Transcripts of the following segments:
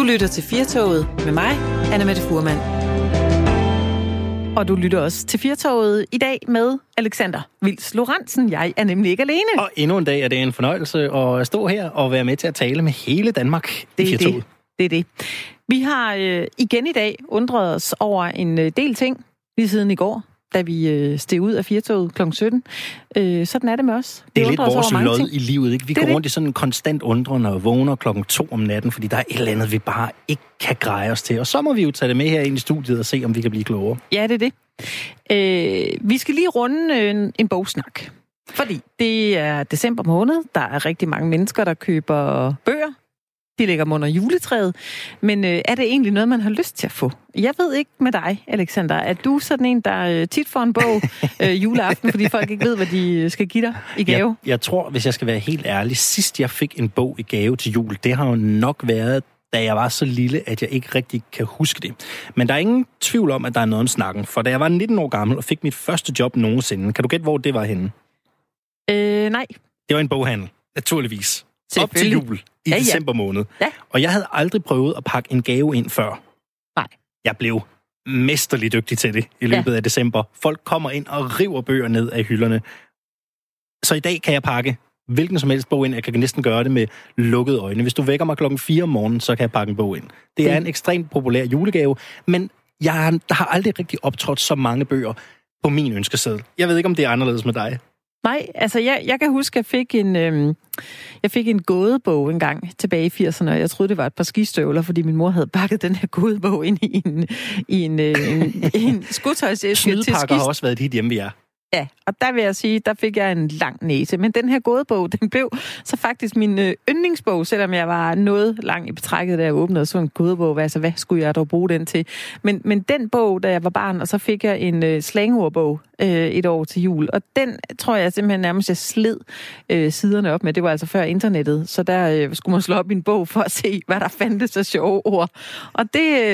lytter til Firtoget med mig, Anne-Mette Fuhrmann. Og du lytter også til Firtoget i dag med Alexander Vils Lorentzen. Jeg er nemlig ikke alene. Og endnu en dag er det en fornøjelse at stå her og være med til at tale med hele Danmark i Firtoget. Det er det. Vi har igen i dag undret os over en del ting lige siden i går, da vi steg ud af Firtoget kl. 17. Sådan er det med os. Det er lidt vores lod i livet, ikke? Vi går rundt i sådan en konstant undrende og vågner 2:00 om natten, fordi der er et eller andet, vi bare ikke kan greje os til. Og så må vi jo tage det med her ind i studiet og se, om vi kan blive klogere. Ja, det er det. Vi skal lige runde en bogsnak. Fordi det er december måned. Der er rigtig mange mennesker, der køber bøger. De ligger under juletræet. Men er det egentlig noget, man har lyst til at få? Jeg ved ikke med dig, Alexander. Er du sådan en, der tit får en bog juleaften, fordi folk ikke ved, hvad de skal give dig i gave? Jeg tror, hvis jeg skal være helt ærlig, sidst jeg fik en bog i gave til jul, det har jo nok været, da jeg var så lille, at jeg ikke rigtig kan huske det. Men der er ingen tvivl om, at der er noget om snakken. For da jeg var 19 år gammel og fik mit første job nogensinde, kan du gætte, hvor det var henne? Nej. Det var en boghandel, naturligvis. Op til jul i december måned. Ja. Og jeg havde aldrig prøvet at pakke en gave ind før. Nej. Jeg blev mesterligt dygtig til det i løbet af december. Folk kommer ind og river bøger ned af hylderne. Så i dag kan jeg pakke hvilken som helst bog ind. Jeg kan næsten gøre det med lukkede øjne. Hvis du vækker mig 4:00 om morgenen, så kan jeg pakke en bog ind. Det er en ekstremt populær julegave, men der har aldrig rigtig optrådt så mange bøger på min ønskeseddel. Jeg ved ikke, om det er anderledes med dig. Nej, altså jeg kan huske, at jeg fik en gådebog en gang tilbage i 80'erne, og jeg troede, det var et par skistøvler, fordi min mor havde pakket den her gådebog ind i en skotøjsæske. Snydepakker har også været dit hjemme, vi er. Ja, og der vil jeg sige, der fik jeg en lang næse. Men den her gådebog, den blev så faktisk min yndlingsbog, selvom jeg var noget lang i betrækket, da jeg åbnede sådan en gådebog. Altså, hvad skulle jeg dog bruge den til? Men den bog, da jeg var barn, og så fik jeg en slangordbog et år til jul. Og den tror jeg simpelthen nærmest, jeg sled siderne op med. Det var altså før internettet, så der skulle man slå op i en bog for at se, hvad der fandtes af sjove ord. Og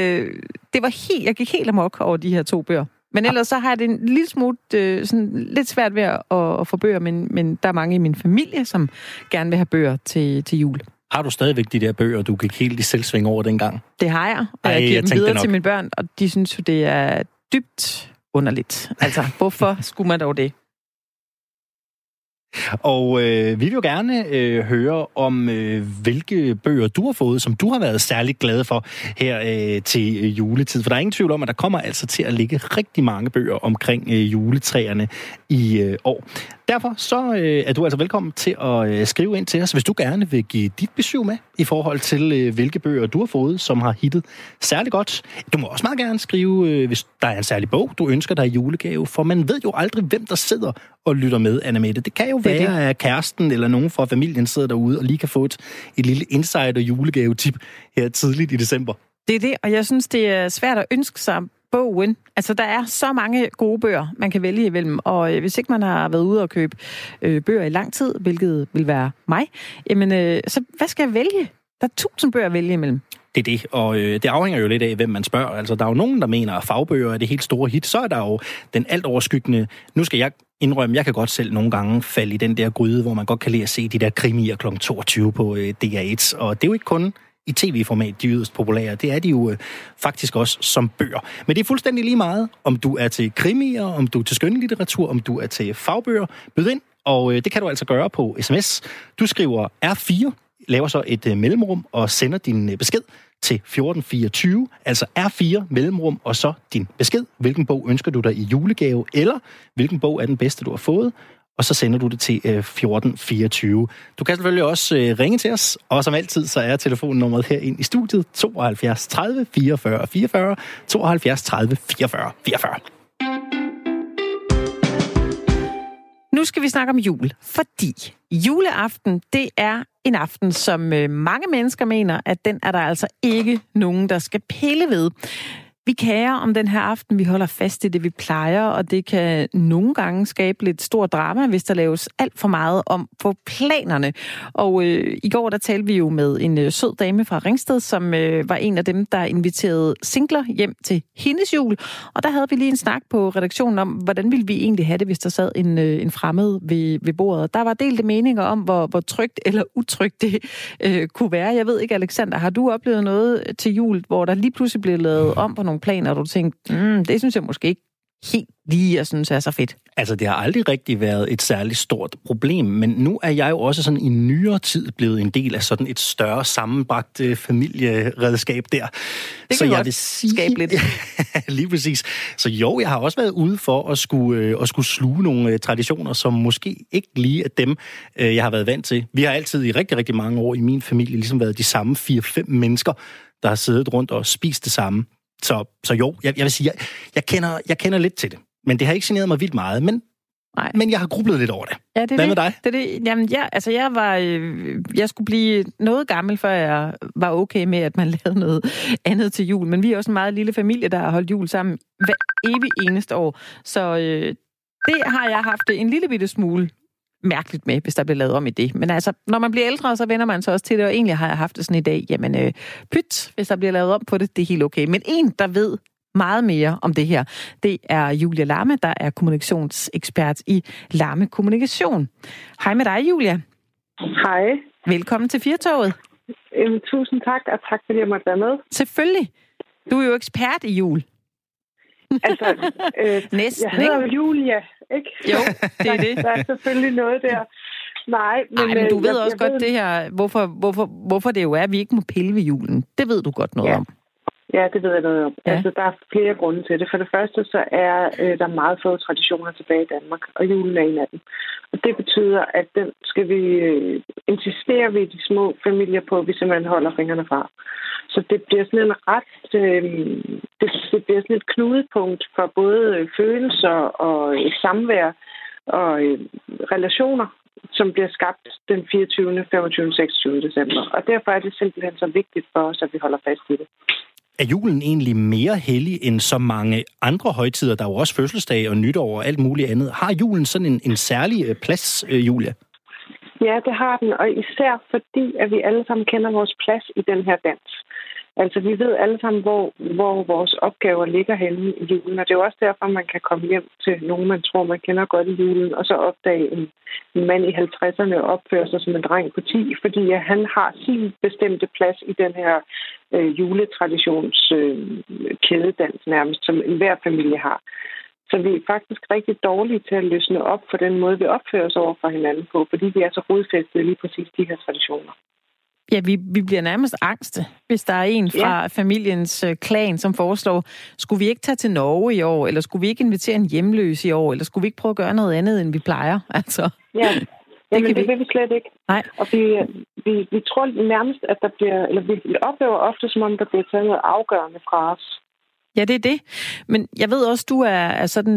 det var jeg gik helt amok over de her 2 bøger. Men ellers så har jeg det en lille smule sådan lidt svært ved at få bøger, men der er mange i min familie, som gerne vil have bøger til jul. Har du stadigvæk de der bøger, du gik helt i selvsving over dengang? Det har jeg, og jeg giver dem videre til mine børn, og de synes jo, det er dybt underligt. Altså, hvorfor skulle man dog det? Og vi vil jo gerne høre om, hvilke bøger du har fået, som du har været særlig glad for her til juletid. For der er ingen tvivl om, at der kommer altså til at ligge rigtig mange bøger omkring juletræerne i år. Derfor så er du altså velkommen til at skrive ind til os, hvis du gerne vil give dit besøg med i forhold til, hvilke bøger du har fået, som har hittet særlig godt. Du må også meget gerne skrive, hvis der er en særlig bog, du ønsker dig i julegave, for man ved jo aldrig, hvem der sidder og lytter med, Anne-Mette. Det kan jo være, at kæresten eller nogen fra familien sidder derude og lige kan få et lille insider-julegave-tip her tidligt i december. Det er det, og jeg synes, det er svært at ønske sig bogen. Altså, der er så mange gode bøger, man kan vælge imellem, og hvis ikke man har været ude og købe bøger i lang tid, hvilket vil være mig, jamen, så hvad skal jeg vælge? Der er 1000 bøger at vælge imellem. Det er det, og det afhænger jo lidt af, hvem man spørger. Altså, der er jo nogen, der mener, at fagbøger er det helt store hit. Så er der jo den alt overskyggende. Nu skal jeg indrømme, jeg kan godt selv nogle gange falde i den der gryde, hvor man godt kan lide at se de der krimier kl. 22 på DR1. Og det er jo ikke kun i tv-format, de yderst populære. Det er de jo faktisk også som bøger. Men det er fuldstændig lige meget, om du er til krimier, om du er til skønlitteratur, om du er til fagbøger. Byd ind, og det kan du altså gøre på sms. Du skriver R4, laver så et mellemrum og sender din besked til 1424, altså R4 mellemrum og så din besked. Hvilken bog ønsker du dig i julegave, eller hvilken bog er den bedste, du har fået? Og så sender du det til 1424. Du kan selvfølgelig også ringe til os, og som altid, så er telefonnummeret herinde i studiet 72 30 44 44, 72 30 44 44. Nu skal vi snakke om jul, fordi juleaften, det er en aften, som mange mennesker mener, at den er der altså ikke nogen, der skal pille ved. Vi kærer om den her aften, vi holder fast i det, vi plejer, og det kan nogle gange skabe lidt stor drama, hvis der laves alt for meget om på planerne. Og i går, der talte vi jo med en sød dame fra Ringsted, som var en af dem, der inviterede singler hjem til hendes jul. Og der havde vi lige en snak på redaktionen om, hvordan ville vi egentlig have det, hvis der sad en fremmed ved bordet. Der var delte meninger om, hvor trygt eller utrygt det kunne være. Jeg ved ikke, Alexander, har du oplevet noget til jul, hvor der lige pludselig blev lavet om på nogle planer, og du tænkte, det synes jeg måske ikke helt lige, jeg synes er så fedt? Altså, det har aldrig rigtig været et særligt stort problem, men nu er jeg jo også sådan i nyere tid blevet en del af sådan et større sammenbragt familieredskab der. Det kan godt skabe lidt. Lige præcis. Så jo, jeg har også været ude for at skulle sluge nogle traditioner, som måske ikke lige er dem, jeg har været vant til. Vi har altid i rigtig, rigtig mange år i min familie ligesom været de samme 4-5 mennesker, der har siddet rundt og spist det samme. Så jo, jeg vil sige, jeg kender lidt til det. Men det har ikke generet mig vildt meget, men jeg har grublet lidt over det. Ja, det er Hvad med dig? Det. Jamen, jeg skulle blive noget gammel, før jeg var okay med, at man lavede noget andet til jul. Men vi er også en meget lille familie, der har holdt jul sammen hver evig eneste år. Så det har jeg haft en lille bitte smule mærkeligt med, hvis der bliver lavet om i det. Men altså, når man bliver ældre, så vender man så også til det, og egentlig har jeg haft det sådan i dag, jamen pyt, hvis der bliver lavet om på det, det er helt okay. Men en, der ved meget mere om det her, det er Julia Lamme, der er kommunikationsekspert i Lamme Kommunikation. Hej med dig, Julia. Hej. Velkommen til Firtoget. Tusind tak, og tak fordi jeg måtte være med. Selvfølgelig. Du er jo ekspert i jul. Altså, næsten, jeg hedder jo Julia, ikke? Jo, det er det. Der er selvfølgelig noget der. Men du ved også godt det her, hvorfor det jo er, at vi ikke må pille ved julen. Det ved du godt noget om. Ja, det ved jeg noget om. Ja. Altså, der er flere grunde til det. For det første, så er der meget få traditioner tilbage i Danmark, og julen er en af dem. Og det betyder, at den skal vi insistere ved de små familier på, at vi simpelthen holder fingrene fra. Så det bliver sådan en det bliver sådan et knudepunkt for både følelser og samvær og relationer, som bliver skabt den 24., 25., 26. december. Og derfor er det simpelthen så vigtigt for os, at vi holder fast i det. Er julen egentlig mere hellig end så mange andre højtider? Der er jo også fødselsdag og nytår og alt muligt andet. Har julen sådan en særlig plads, Julia? Ja, det har den, og især fordi, at vi alle sammen kender vores plads i den her dans. Altså, vi ved alle sammen, hvor vores opgaver ligger henne i julen, og det er jo også derfor, man kan komme hjem til nogen, man tror, man kender godt i julen, og så opdage en mand i 50'erne opfører sig som en dreng på 10, fordi han har sin bestemte plads i den her juletraditions kædedans nærmest, som enhver familie har. Så vi er faktisk rigtig dårlige til at løsne op for den måde, vi opfører os over for hinanden på, fordi vi er så rodfæstet lige præcis de her traditioner. Ja, vi bliver nærmest angste, hvis der er en fra familiens klan, som foreslår, skulle vi ikke tage til Norge i år, eller skulle vi ikke invitere en hjemløs i år, eller skulle vi ikke prøve at gøre noget andet, end vi plejer? Altså, det vil vi slet ikke. Nej. Og vi tror nærmest, at der bliver, eller vi oplever ofte, som om der bliver taget noget afgørende fra os. Ja, det er det. Men jeg ved også, du er sådan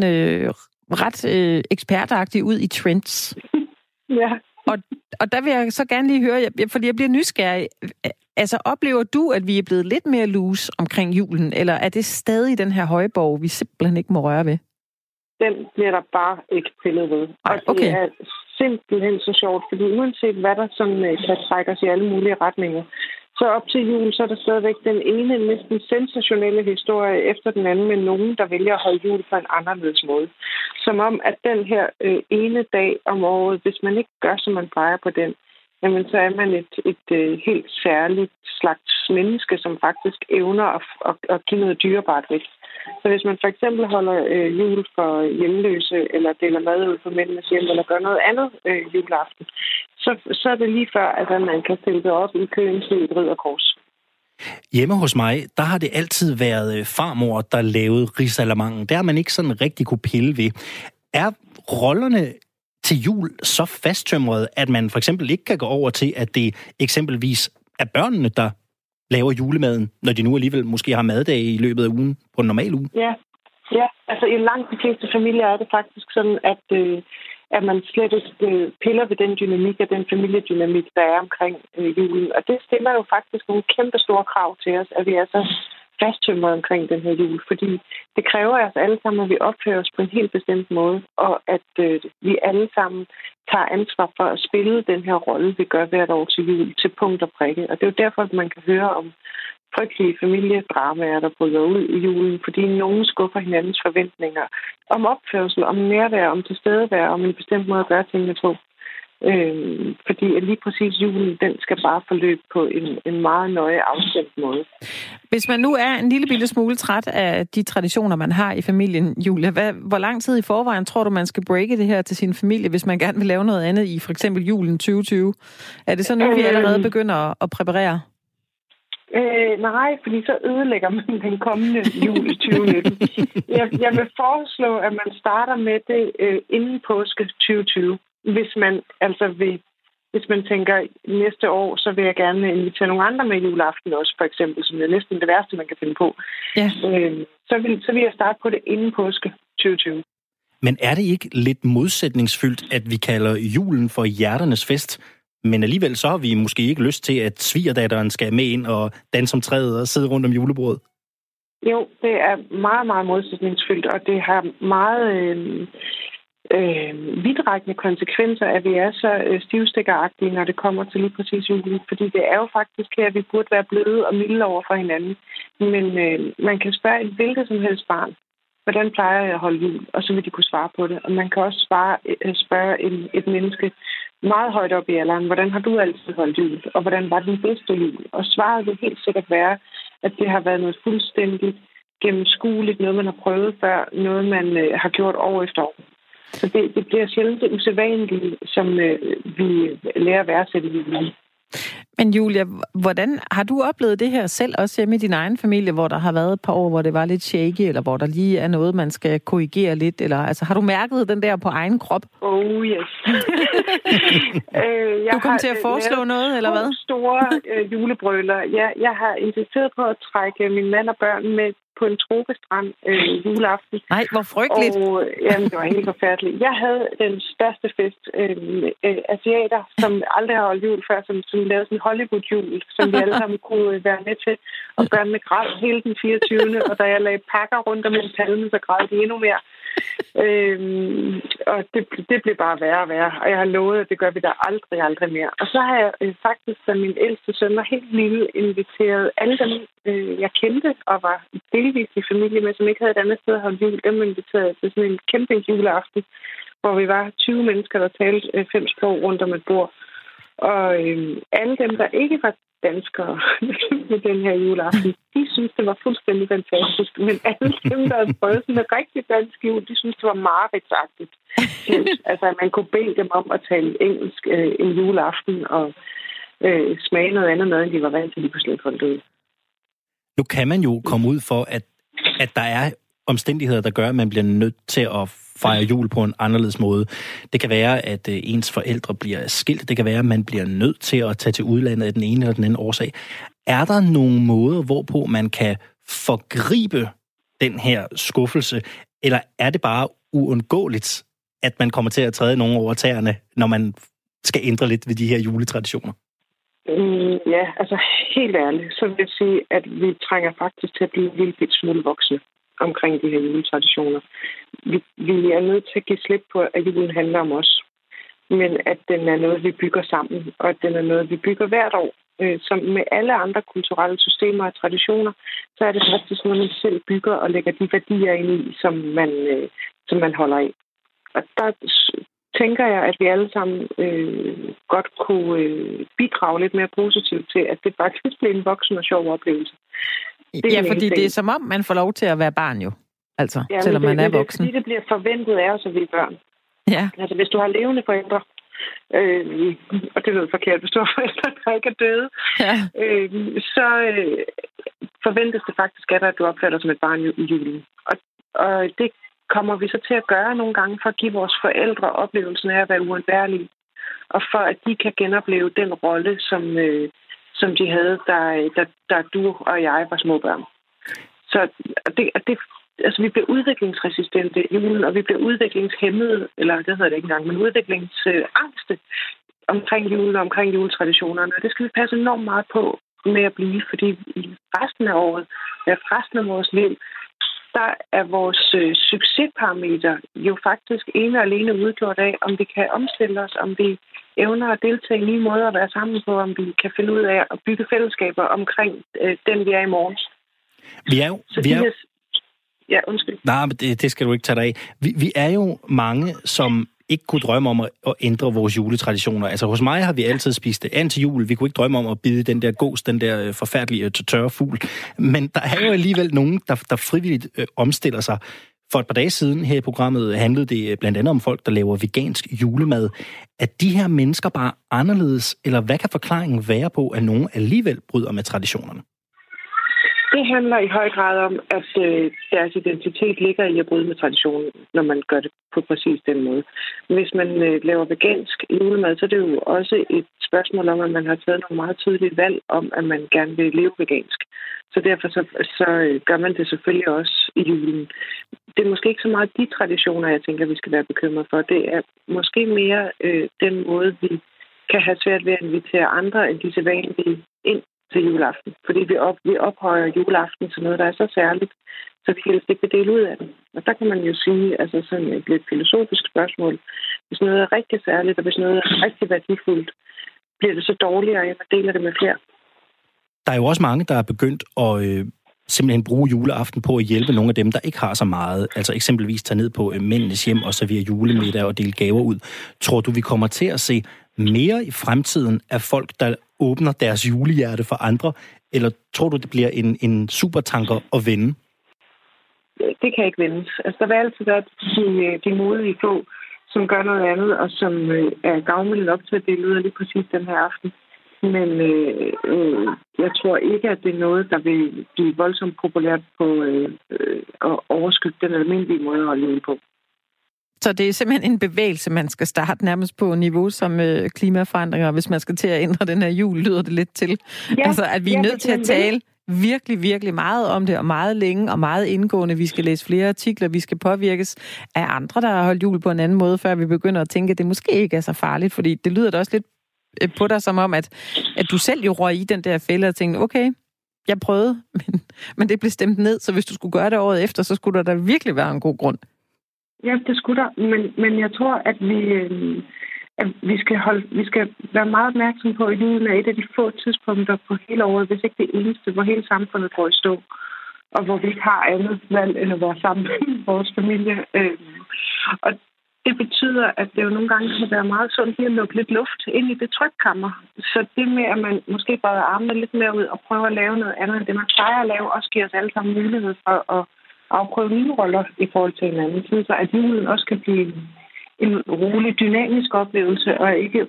ret ekspertagtig ud i trends. Ja. Og der vil jeg så gerne lige høre, fordi jeg bliver nysgerrig. Altså, oplever du, at vi er blevet lidt mere loose omkring julen, eller er det stadig den her højborg, vi simpelthen ikke må røre ved? Den bliver der bare ikke pillet ved. Ej, okay. Og det er simpelthen så sjovt, fordi uanset hvad der sådan kan trække os i alle mulige retninger, så op til jul, så er der stadigvæk den ene næsten sensationelle historie efter den anden med nogen, der vælger at holde jul på en anderledes måde. Som om, at den her ene dag om året, hvis man ikke gør, som man plejer på den, jamen så er man et helt særligt slags menneske, som faktisk evner at give noget dyrebart væk. Så hvis man for eksempel holder jul for hjemløse, eller deler mad ud på mændenes hjem, eller gør noget andet juleaften, så er det lige før, at man kan stille det op i køen til et ridderkors. Hjemme hos mig, der har det altid været farmor, der lavede risalamangen. Der har man ikke sådan rigtig kunne pille ved. Er rollerne til jul så fasttømret, at man for eksempel ikke kan gå over til, at det eksempelvis er børnene, der laver julemaden, når de nu alligevel måske har maddag i løbet af ugen, på en normal uge? Ja, altså i langt de fleste familier er det faktisk sådan, at man slet ikke piller ved den dynamik og den familiedynamik, der er omkring julen. Og det stiller jo faktisk nogle kæmpe store krav til os, at vi er så fasttømret omkring den her jul, fordi det kræver os alle sammen, at vi opfører os på en helt bestemt måde, og at vi alle sammen tager ansvar for at spille den her rolle, vi gør hvert år til jul, til punkt og prikke. Og det er jo derfor, at man kan høre om frygtelige familiedramaer, der bryder ud i julen, fordi nogen skuffer hinandens forventninger om opførsel, om nærvær, om tilstedevær, om en bestemt måde at gøre tingene på. Fordi lige præcis julen, den skal bare forløbe på en meget nøje afstemt måde. Hvis man nu er en lille bitte smule træt af de traditioner, man har i familien, Julia, hvor lang tid i forvejen tror du, man skal breake det her til sin familie, hvis man gerne vil lave noget andet i for eksempel julen 2020? Er det så nu, vi allerede begynder at præparere? Nej, fordi så ødelægger man den kommende jul i 2019. Jeg vil foreslå, at man starter med det inden påske 2020. Hvis man tænker næste år, så vil jeg gerne invitere nogle andre med juleaften også, for eksempel, som er næsten det værste, man kan finde på. Ja. Så vil jeg starte på det inden påske 2020. Men er det ikke lidt modsætningsfyldt, at vi kalder julen for hjerternes fest, men alligevel så har vi måske ikke lyst til, at svigerdatteren skal med ind og danse om træet og sidde rundt om julebordet? Jo, det er meget, meget modsætningsfyldt, og det har meget vidtrækkende konsekvenser, at vi er så stivstikkeragtige, når det kommer til lige præcis julen. Fordi det er jo faktisk her, at vi burde være bløde og milde over for hinanden. Men man kan spørge et hvilket som helst barn, hvordan plejer jeg at holde jul? Og så vil de kunne svare på det. Og man kan også spørge et menneske meget højt op i alderen, hvordan har du altid holdt jul? Og hvordan var den bedste jul? Og svaret vil helt sikkert være, at det har været noget fuldstændigt gennemskueligt, noget man har prøvet før, noget man har gjort år efter år. Så det bliver sjældent det usædvanlige, som vi lærer at værdsætte i julen. Men Julia, hvordan har du oplevet det her selv, også hjemme i din egen familie, hvor der har været et par år, hvor det var lidt shaky, eller hvor der lige er noget, man skal korrigere lidt? Eller, altså, har du mærket den der på egen krop? Oh yes. Du kom til at foreslå noget, eller hvad? Store julebrøler. Jeg har insisteret på at trække min mand og børn med på en tropestrand juleaften. Nej, hvor frygteligt. Og jamen, det var helt forfærdeligt. Jeg havde den største fest. Asiater, som aldrig har holdt jul før, som lavede sådan en Hollywood-jul, som vi alle sammen kunne være med til. Og børnene græd hele den 24. Og da jeg lagde pakker rundt om en palme, så græd de endnu mere. Og det blev bare værre og værre. Og jeg har lovet, at det gør vi da aldrig mere. Og så har jeg faktisk, da min ældste søn var helt lille, inviteret alle dem, jeg kendte og var delvis i familie med, som ikke havde et andet sted at holde jul. Dem inviterede til sådan en campingjuleaften, hvor vi var 20 mennesker, der talte 5 sprog rundt om et bord. Og alle dem, der ikke var danskere med den her juleaften, de synes det var fuldstændig fantastisk. Men alle dem, der havde prøvet sådan en rigtig dansk jul, de synes det var mareridtsagtigt. Altså, at man kunne bede dem om at tale engelsk en juleaften og smage noget andet mad, end de var vant til, de kunne slet holde ud. Nu kan man jo komme ud for, at der er omstændigheder, der gør, at man bliver nødt til at fejre jul på en anderledes måde. Det kan være, at ens forældre bliver skilt. Det kan være, at man bliver nødt til at tage til udlandet af den ene eller den anden årsag. Er der nogle måder, hvorpå man kan forgribe den her skuffelse, eller er det bare uundgåeligt, at man kommer til at træde nogen over tæerne, når man skal ændre lidt ved de her juletraditioner? Ja, altså helt ærligt, så vil jeg sige, at vi trænger faktisk til at blive en lille bit smule voksne omkring de her juletraditioner. Vi er nødt til at give slip på, at julen handler om os, men at den er noget, vi bygger sammen, og at den er noget, vi bygger hvert år. Som med alle andre kulturelle systemer og traditioner, så er det faktisk noget, man selv bygger og lægger de værdier ind i, som man holder af. Og der tænker jeg, at vi alle sammen godt kunne bidrage lidt mere positivt til, at det faktisk bliver en voksen og sjov oplevelse. Ja, fordi det er som om, man får lov til at være barn jo. Altså, ja, selvom man er voksen. Fordi det bliver forventet af os, at vi er børn. Ja. Altså, hvis du har levende forældre, og det lyder forkert, hvis du har forældre, der ikke er døde, ja. Så forventes det faktisk af dig, at du opfatter som et barn i julen. Og det kommer vi så til at gøre nogle gange for at give vores forældre oplevelsen af at være uundværlige, og for at de kan genopleve den rolle, som de havde, da du og jeg var små børn. Så altså, vi bliver udviklingsresistente i julen, og vi bliver udviklingshæmmede, eller det hedder det ikke engang, men udviklingsangste omkring julen og omkring juletraditionerne. Og det skal vi passe enormt meget på med at blive, fordi i resten af året, resten af vores liv, der er vores succesparameter jo faktisk ene og alene udgjort af, om vi kan omstille os, om vi evner at deltage i nye måder at være sammen på, om vi kan finde ud af at bygge fællesskaber omkring den, vi er i morgen. Ja, undskyld. Nej, men det skal du ikke tage dig af. Vi er jo mange, som ikke kunne drømme om at ændre vores juletraditioner. Altså hos mig har vi altid spist det an til jul. Vi kunne ikke drømme om at bide den der gås, den der forfærdelige tørre fugl. Men der er jo alligevel nogen, der frivilligt omstiller sig. For et par dage siden her i programmet handlede det blandt andet om folk, der laver vegansk julemad. Er de her mennesker bare anderledes, eller hvad kan forklaringen være på, at nogen alligevel bryder med traditionerne? Det handler i høj grad om, at deres identitet ligger i at bryde med traditionen, når man gør det på præcis den måde. Hvis man laver vegansk julemad, så er det jo også et spørgsmål om, at man har taget nogle meget tydelige valg om, at man gerne vil leve vegansk. Så derfor så gør man det selvfølgelig også i julen. Det er måske ikke så meget de traditioner, jeg tænker, vi skal være bekymret for. Det er måske mere den måde, vi kan have svært ved at invitere andre end de sædvanlige ind til juleaften. Fordi vi ophøjer juleaften til noget, der er så særligt, så vi helst ikke vil dele ud af det. Og der kan man jo sige, altså sådan et lidt filosofisk spørgsmål, hvis noget er rigtig særligt, og hvis noget er rigtig værdifuldt, bliver det så dårligere, at man deler det med flere. Der er jo også mange, der er begyndt at simpelthen bruge juleaften på at hjælpe nogle af dem, der ikke har så meget. Altså eksempelvis tage ned på mændenes hjem og servere julemiddag og dele gaver ud. Tror du, vi kommer til at se mere i fremtiden af folk, der åbner deres julehjerte for andre? Eller tror du, det bliver en supertanker at vende? Det kan ikke vendes. Altså, der vil altid være de modige få, som gør noget andet, og som er gavmilde nok til at dele ud af lige præcis den her aften. Men jeg tror ikke, at det er noget, der vil blive voldsomt populært på at overskygge den almindelige måde at leve på. Så det er simpelthen en bevægelse, man skal starte nærmest på niveau som klimaforandringer, hvis man skal til at ændre den her jul, lyder det lidt til. Ja, altså, at vi er nødt til at tale virkelig, virkelig meget om det, og meget længe og meget indgående. Vi skal læse flere artikler, vi skal påvirkes af andre, der har holdt jul på en anden måde, før vi begynder at tænke, at det måske ikke er så farligt, fordi det lyder da også lidt på dig som om, at du selv jo røg i den der fælde og tænkte, okay, jeg prøvede, men det blev stemt ned, så hvis du skulle gøre det året efter, så skulle der da virkelig være en god grund. Ja, det skulle der, men jeg tror, at vi skal være meget opmærksom på, at julen er et af de få tidspunkter på hele året, hvis ikke det eneste, hvor hele samfundet går i stå, og hvor vi ikke har andet valg end at være sammen med vores familie. Og det betyder, at det jo nogle gange kan være meget sundt lige at lukke lidt luft ind i det trykkammer. Så det med, at man måske breder armene lidt mere ud og prøver at lave noget andet end det, man plejer at lave, også giver os alle sammen mulighed for at afprøve nye roller i forhold til hinanden. Så at julen også kan blive en rolig, dynamisk oplevelse, og ikke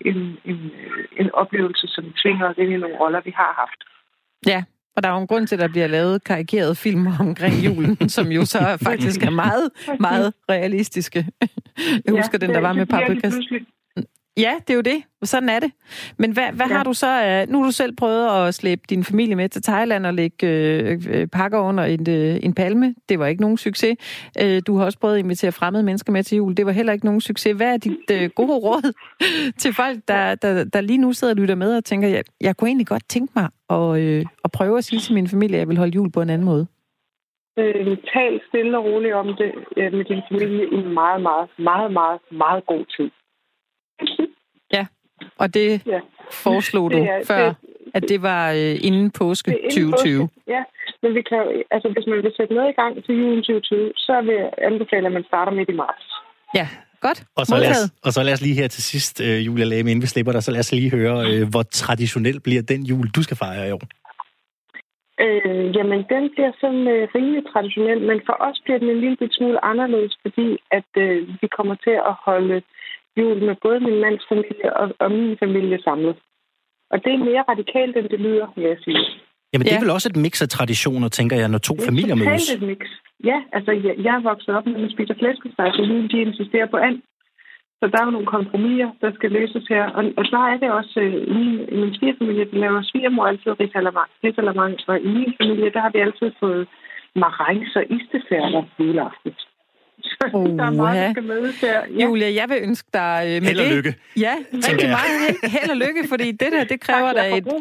en oplevelse, som tvinger os ind i nogle roller, vi har haft. Ja, og der er jo en grund til, at der bliver lavet karikerede film omkring julen, som jo så faktisk er meget, meget realistiske. Jeg husker den, der var med Paprika. Ja, det er jo det. Sådan er det. Men hvad har du så... Nu har du selv prøvet at slæbe din familie med til Thailand og lægge pakker under en palme. Det var ikke nogen succes. Du har også prøvet at invitere fremmede mennesker med til jul. Det var heller ikke nogen succes. Hvad er dit gode råd til folk, der lige nu sidder og lytter med og tænker, jeg kunne egentlig godt tænke mig at prøve at sige til min familie, at jeg vil holde jul på en anden måde? Tal stille og roligt om det med din familie i en meget, meget, meget, meget, meget god tid. Ja, og det foreslog du før, at det var inden påske 2020. Ja, men vi kan altså hvis man vil sætte noget i gang til julen 2020, så vil jeg anbefale, at man starter midt i marts. Ja, godt. Og så lad os lige her til sidst, Julia Lame, inden vi slipper dig, så lad os lige høre, hvor traditionel bliver den jul, du skal fejre i år? Jamen, den bliver sådan rimelig traditionel, men for os bliver den en lille smule anderledes, fordi at vi kommer til at holde jul med både min mands familie og min familie samlet. Og det er mere radikalt, end det lyder, vil jeg sige. Jamen, det er vel også et mix af traditioner, tænker jeg, når to familier mødes. Det er et mix. Ja, altså jeg er vokset op med, at man spiser flæskesteg, så julen de insisterer på and. Så der er jo nogle kompromiser, der skal løses her. Og så er det også i min svigerfamilie, der laver svigermor altid risalamang. Og i min familie, der har vi altid fået marengs og istefærder juleaften. Der er meget, der skal mødes her. Ja. Julia, jeg vil ønske dig med held og det. lykke. Ja, rigtig meget held og lykke, fordi det der, det kræver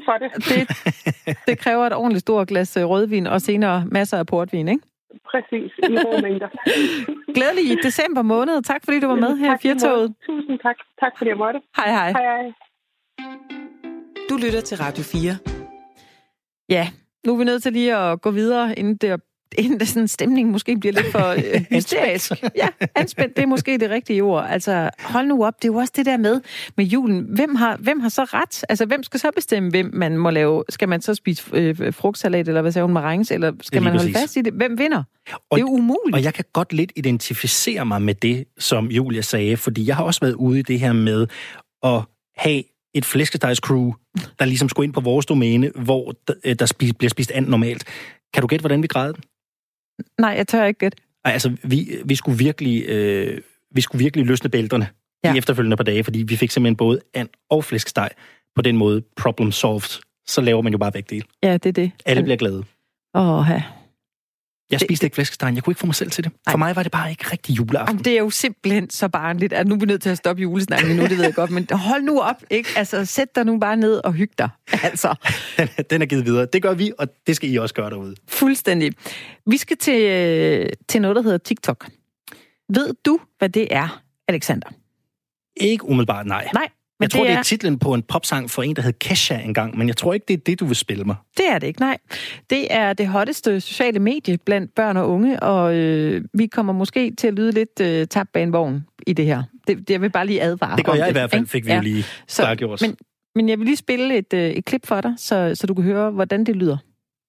det kræver et ordentligt stort glas rødvin, og senere masser af portvin, ikke? Præcis, i rå mængder. Glædelig december måned. Tak fordi du var med her i Firtoget. Tusind tak. Tak fordi jeg måtte. Hej, hej. Hej, hej. Du lytter til Radio 4. Ja, nu er vi nødt til lige at gå videre, inden det sådan stemningen måske bliver lidt for hysterisk. Ja, anspændt, det er måske det rigtige ord. Altså, hold nu op, det er jo også det der med julen. Hvem har så ret? Altså, hvem skal så bestemme, hvem man må lave? Skal man så spise frugtsalat, eller hvad siger hun, marengs, eller skal man holde fast i det? Hvem vinder? Det er jo umuligt. Og jeg kan godt lidt identificere mig med det, som Julia sagde, fordi jeg har også været ude i det her med at have et flæskestegscrew, der ligesom skulle ind på vores domæne, hvor der bliver spist and normalt. Kan du gætte, hvordan vi grædede? Nej, jeg tør ikke gætte. Altså, vi skulle virkelig løsne bælterne de efterfølgende par dage, fordi vi fik simpelthen både and og flæskesteg. På den måde, problem solved. Så laver man jo bare begge dele. Ja, det er det. Alle bliver glade. Ja. Jeg spiste ikke flæskestegen. Jeg kunne ikke få mig selv til det. For mig var det bare ikke rigtig juleaften. Jamen, det er jo simpelthen så barnligt, at nu er vi nødt til at stoppe julesnakken nu, det ved jeg godt. Men hold nu op, ikke? Altså, sæt dig nu bare ned og hygge dig. Altså. Den er givet videre. Det gør vi, og det skal I også gøre derude. Fuldstændig. Vi skal til noget, der hedder TikTok. Ved du, hvad det er, Alexander? Ikke umiddelbart, nej. Men jeg tror, det er titlen på en popsang for en, der hed Kesha engang, men jeg tror ikke, det er det, du vil spille mig. Det er det ikke, nej. Det er det hotteste sociale medie blandt børn og unge, og vi kommer måske til at lyde lidt tabt bag en vogn i det her. Jeg vil bare lige advare. Det gør jeg i hvert fald, fik vi jo lige klargjort. Men jeg vil lige spille et klip for dig, så du kan høre, hvordan det lyder.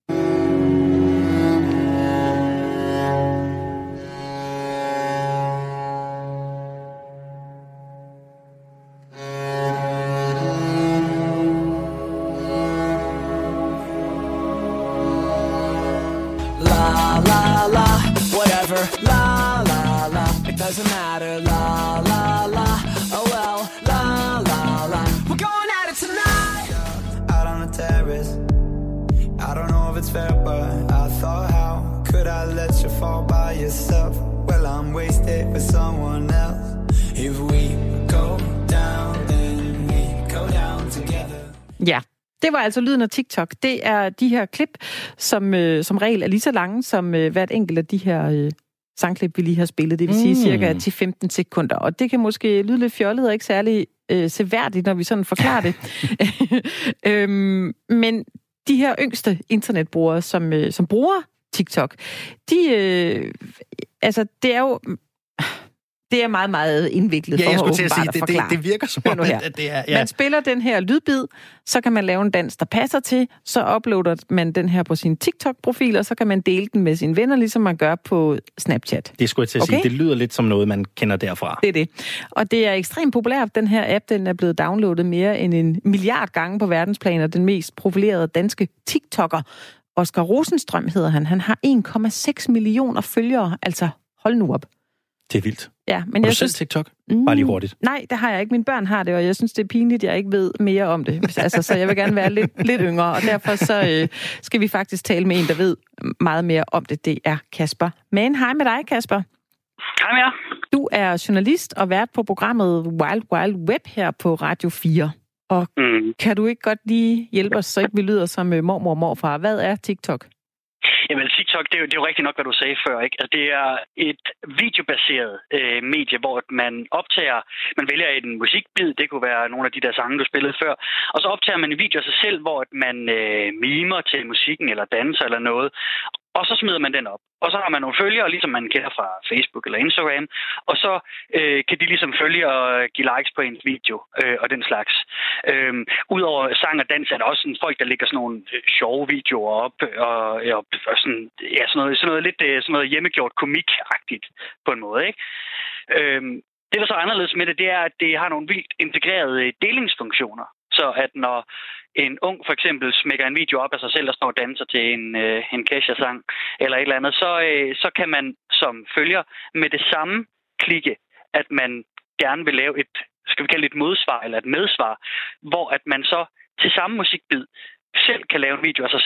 Doesn't matter, la la la. Oh well, la la la. We're going at it tonight. Out on the terrace. I don't know if it's fair, but I thought, how could I let you fall by yourself? Well, I'm wasted with someone else. If we go down, then we go down together. Ja. Det var altså lyden af TikTok. Det er de her klip, som regel er lige så lange som hvert enkelt af de her sangklip, vi lige har spillet. Det vil sige cirka 10-15 sekunder. Og det kan måske lyde lidt fjollet og ikke særlig seværdigt, når vi sådan forklarer det. Men de her yngste internetbrugere, som bruger TikTok, altså det er jo... Det er meget, meget indviklet for jeg skulle til at sige, det virker som om, at det er... Ja. Man spiller den her lydbid, så kan man lave en dans, der passer til, så uploader man den her på sin TikTok-profil, og så kan man dele den med sine venner, ligesom man gør på Snapchat. Det skulle jeg til at sige, det lyder lidt som noget, man kender derfra. Det er det. Og det er ekstremt populært, den her app, den er blevet downloadet mere end 1 milliard gange på verdensplan, og den mest profilerede danske TikToker, Oscar Rosenstrøm hedder han. Han har 1,6 millioner følgere, altså hold nu op. Det er vildt. Ja, men har du selv TikTok? Bare lige hurtigt. Nej, det har jeg ikke. Mine børn har det, og jeg synes, det er pinligt, jeg ikke ved mere om det. Altså, så jeg vil gerne være lidt yngre, og derfor så skal vi faktisk tale med en, der ved meget mere om det. Det er Kasper. Men hej med dig, Kasper. Hej med jer. Du er journalist og vært på programmet Wild Wild Web her på Radio 4. Og kan du ikke godt lige hjælpe os, så ikke vi lyder som mormor og morfar? Hvad er TikTok? Jamen, TikTok, det er jo rigtigt nok, hvad du sagde før, ikke? Altså, det er et videobaseret medie, hvor man vælger en musikbid, det kunne være nogle af de der sange, du spillede før, og så optager man en video af sig selv, hvor man mimer til musikken eller danser eller noget, og så smider man den op. Og så har man nogle følgere, ligesom man kender fra Facebook eller Instagram, og så kan de ligesom følge og give likes på ens video og den slags. Udover sang og dans er der også sådan folk, der lægger sådan nogle sjove videoer op, og sådan, ja, sådan noget hjemmegjort komik-agtigt på en måde, ikke? Det, der så er anderledes med det er, at det har nogle vildt integrerede delingsfunktioner. Så at når en ung for eksempel smækker en video op af sig selv og står og danser til en Kesha-sang eller et eller andet, så kan man som følger med det samme klikke, at man gerne vil lave et, skal vi kalde det et modsvar eller et medsvar, hvor at man så til samme musikbid selv kan lave en video af sig selv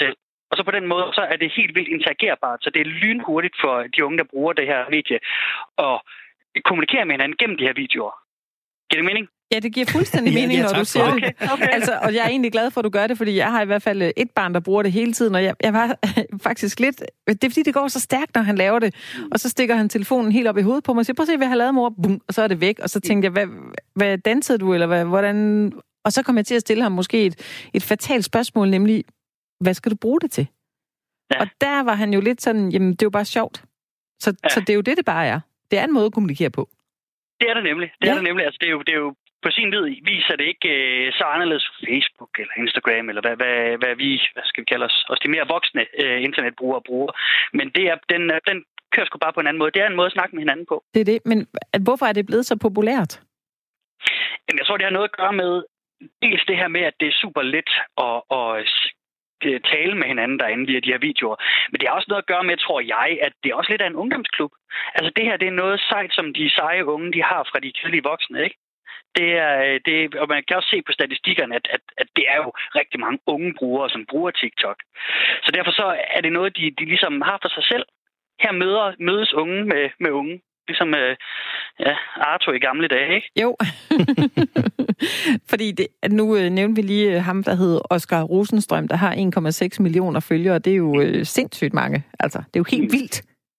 Og så på den måde, så er det helt vildt interagerbart, så det er lynhurtigt for de unge, der bruger det her medie, at kommunikere med hinanden gennem de her videoer. Giver det mening? Ja, det giver fuldstændig mening, når du siger det. Okay. Altså, og jeg er egentlig glad for, at du gør det, fordi jeg har i hvert fald et barn, der bruger det hele tiden, og jeg var faktisk lidt... Det er fordi, det går så stærkt, når han laver det, og så stikker han telefonen helt op i hovedet på mig og siger, prøv at se, hvad jeg har lavet, mor, bum, og så er det væk, og så tænkte jeg, hvad dansede du, eller hvordan... Og så kom jeg til at stille ham måske et fatalt spørgsmål, nemlig, hvad skal du bruge det til? Ja. Og der var han jo lidt sådan, jamen, det er jo bare sjovt. Så det er jo det bare er. Det er en måde at kommunikere på. Det er det nemlig. Altså, det er jo på sin vis er det ikke så anderledes på Facebook eller Instagram, eller hvad vi skal vi kalde os, de mere voksne internetbrugere bruger. Men det er, den kører sgu bare på en anden måde. Det er en måde at snakke med hinanden på. Det er det. Men hvorfor er det blevet så populært? Jamen, jeg tror, det har noget at gøre med dels det her med, at det er super let at tale med hinanden derinde via de her videoer. Men det har også noget at gøre med, tror jeg, at det er også lidt af en ungdomsklub. Altså det her, det er noget sejt, som de seje unge, de har fra de kedelige voksne, ikke? Og man kan også se på statistikkerne, at det er jo rigtig mange unge brugere, som bruger TikTok. Så derfor så er det noget, de ligesom har for sig selv. Her mødes unge med unge. Ligesom Arthur i gamle dage, ikke? Jo. Fordi nu nævnte vi lige ham, der hed Oscar Rosenstrøm, der har 1,6 millioner følgere. Det er jo sindssygt mange. Altså, det er jo helt vildt.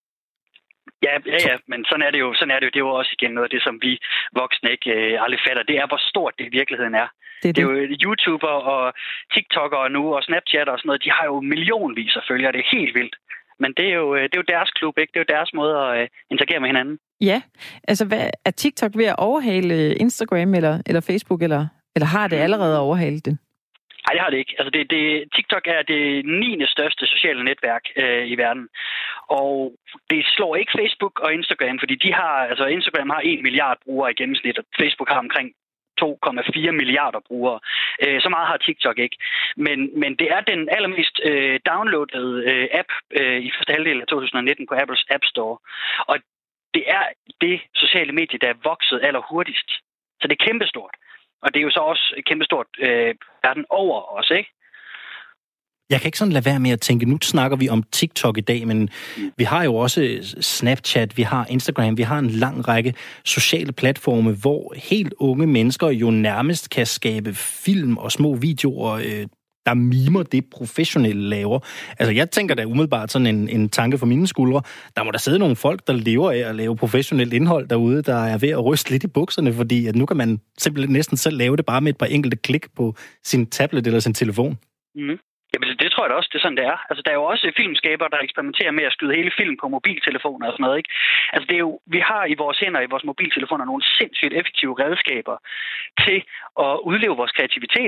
Ja, men sådan er det jo. Det er jo også igen noget af det, som vi voksne ikke aldrig fatter. Det er, hvor stort det i virkeligheden er. Det er jo YouTuber og TikTokere nu, og Snapchat og sådan noget, de har jo millionvis af følgere. Det er helt vildt. Men det er jo deres klub, ikke? Det er jo deres måde at interagere med hinanden. Ja, altså er TikTok ved at overhale Instagram eller Facebook, eller har det allerede overhalet det? Nej, det har det ikke. Altså TikTok er det 9. største sociale netværk i verden. Og det slår ikke Facebook og Instagram, fordi Instagram har 1 milliard brugere i gennemsnit, og Facebook har omkring 2,4 milliarder brugere. Så meget har TikTok ikke. Men det er den allermest downloadede app i første halvdel af 2019 på Apples App Store. Og det er det sociale medie, der er vokset allerhurtigst. Så det er kæmpestort. Og det er jo så også kæmpestort verden over os, ikke? Jeg kan ikke sådan lade være med at tænke, nu snakker vi om TikTok i dag, men vi har jo også Snapchat, vi har Instagram, vi har en lang række sociale platforme, hvor helt unge mennesker jo nærmest kan skabe film og små videoer, der mimer det professionelle laver. Altså jeg tænker da umiddelbart sådan en tanke for mine skuldre. Der må der sidde nogle folk, der lever af at lave professionelt indhold derude, der er ved at ryste lidt i bukserne, fordi at nu kan man simpelthen næsten selv lave det bare med et par enkelte klik på sin tablet eller sin telefon. Mm. Jamen, det tror jeg da også, det er sådan, det er. Altså, der er jo også filmskabere, der eksperimenterer med at skyde hele film på mobiltelefoner og sådan noget, ikke? Altså, det er jo, vi har i vores hænder, i vores mobiltelefoner, nogle sindssygt effektive redskaber til at udleve vores kreativitet.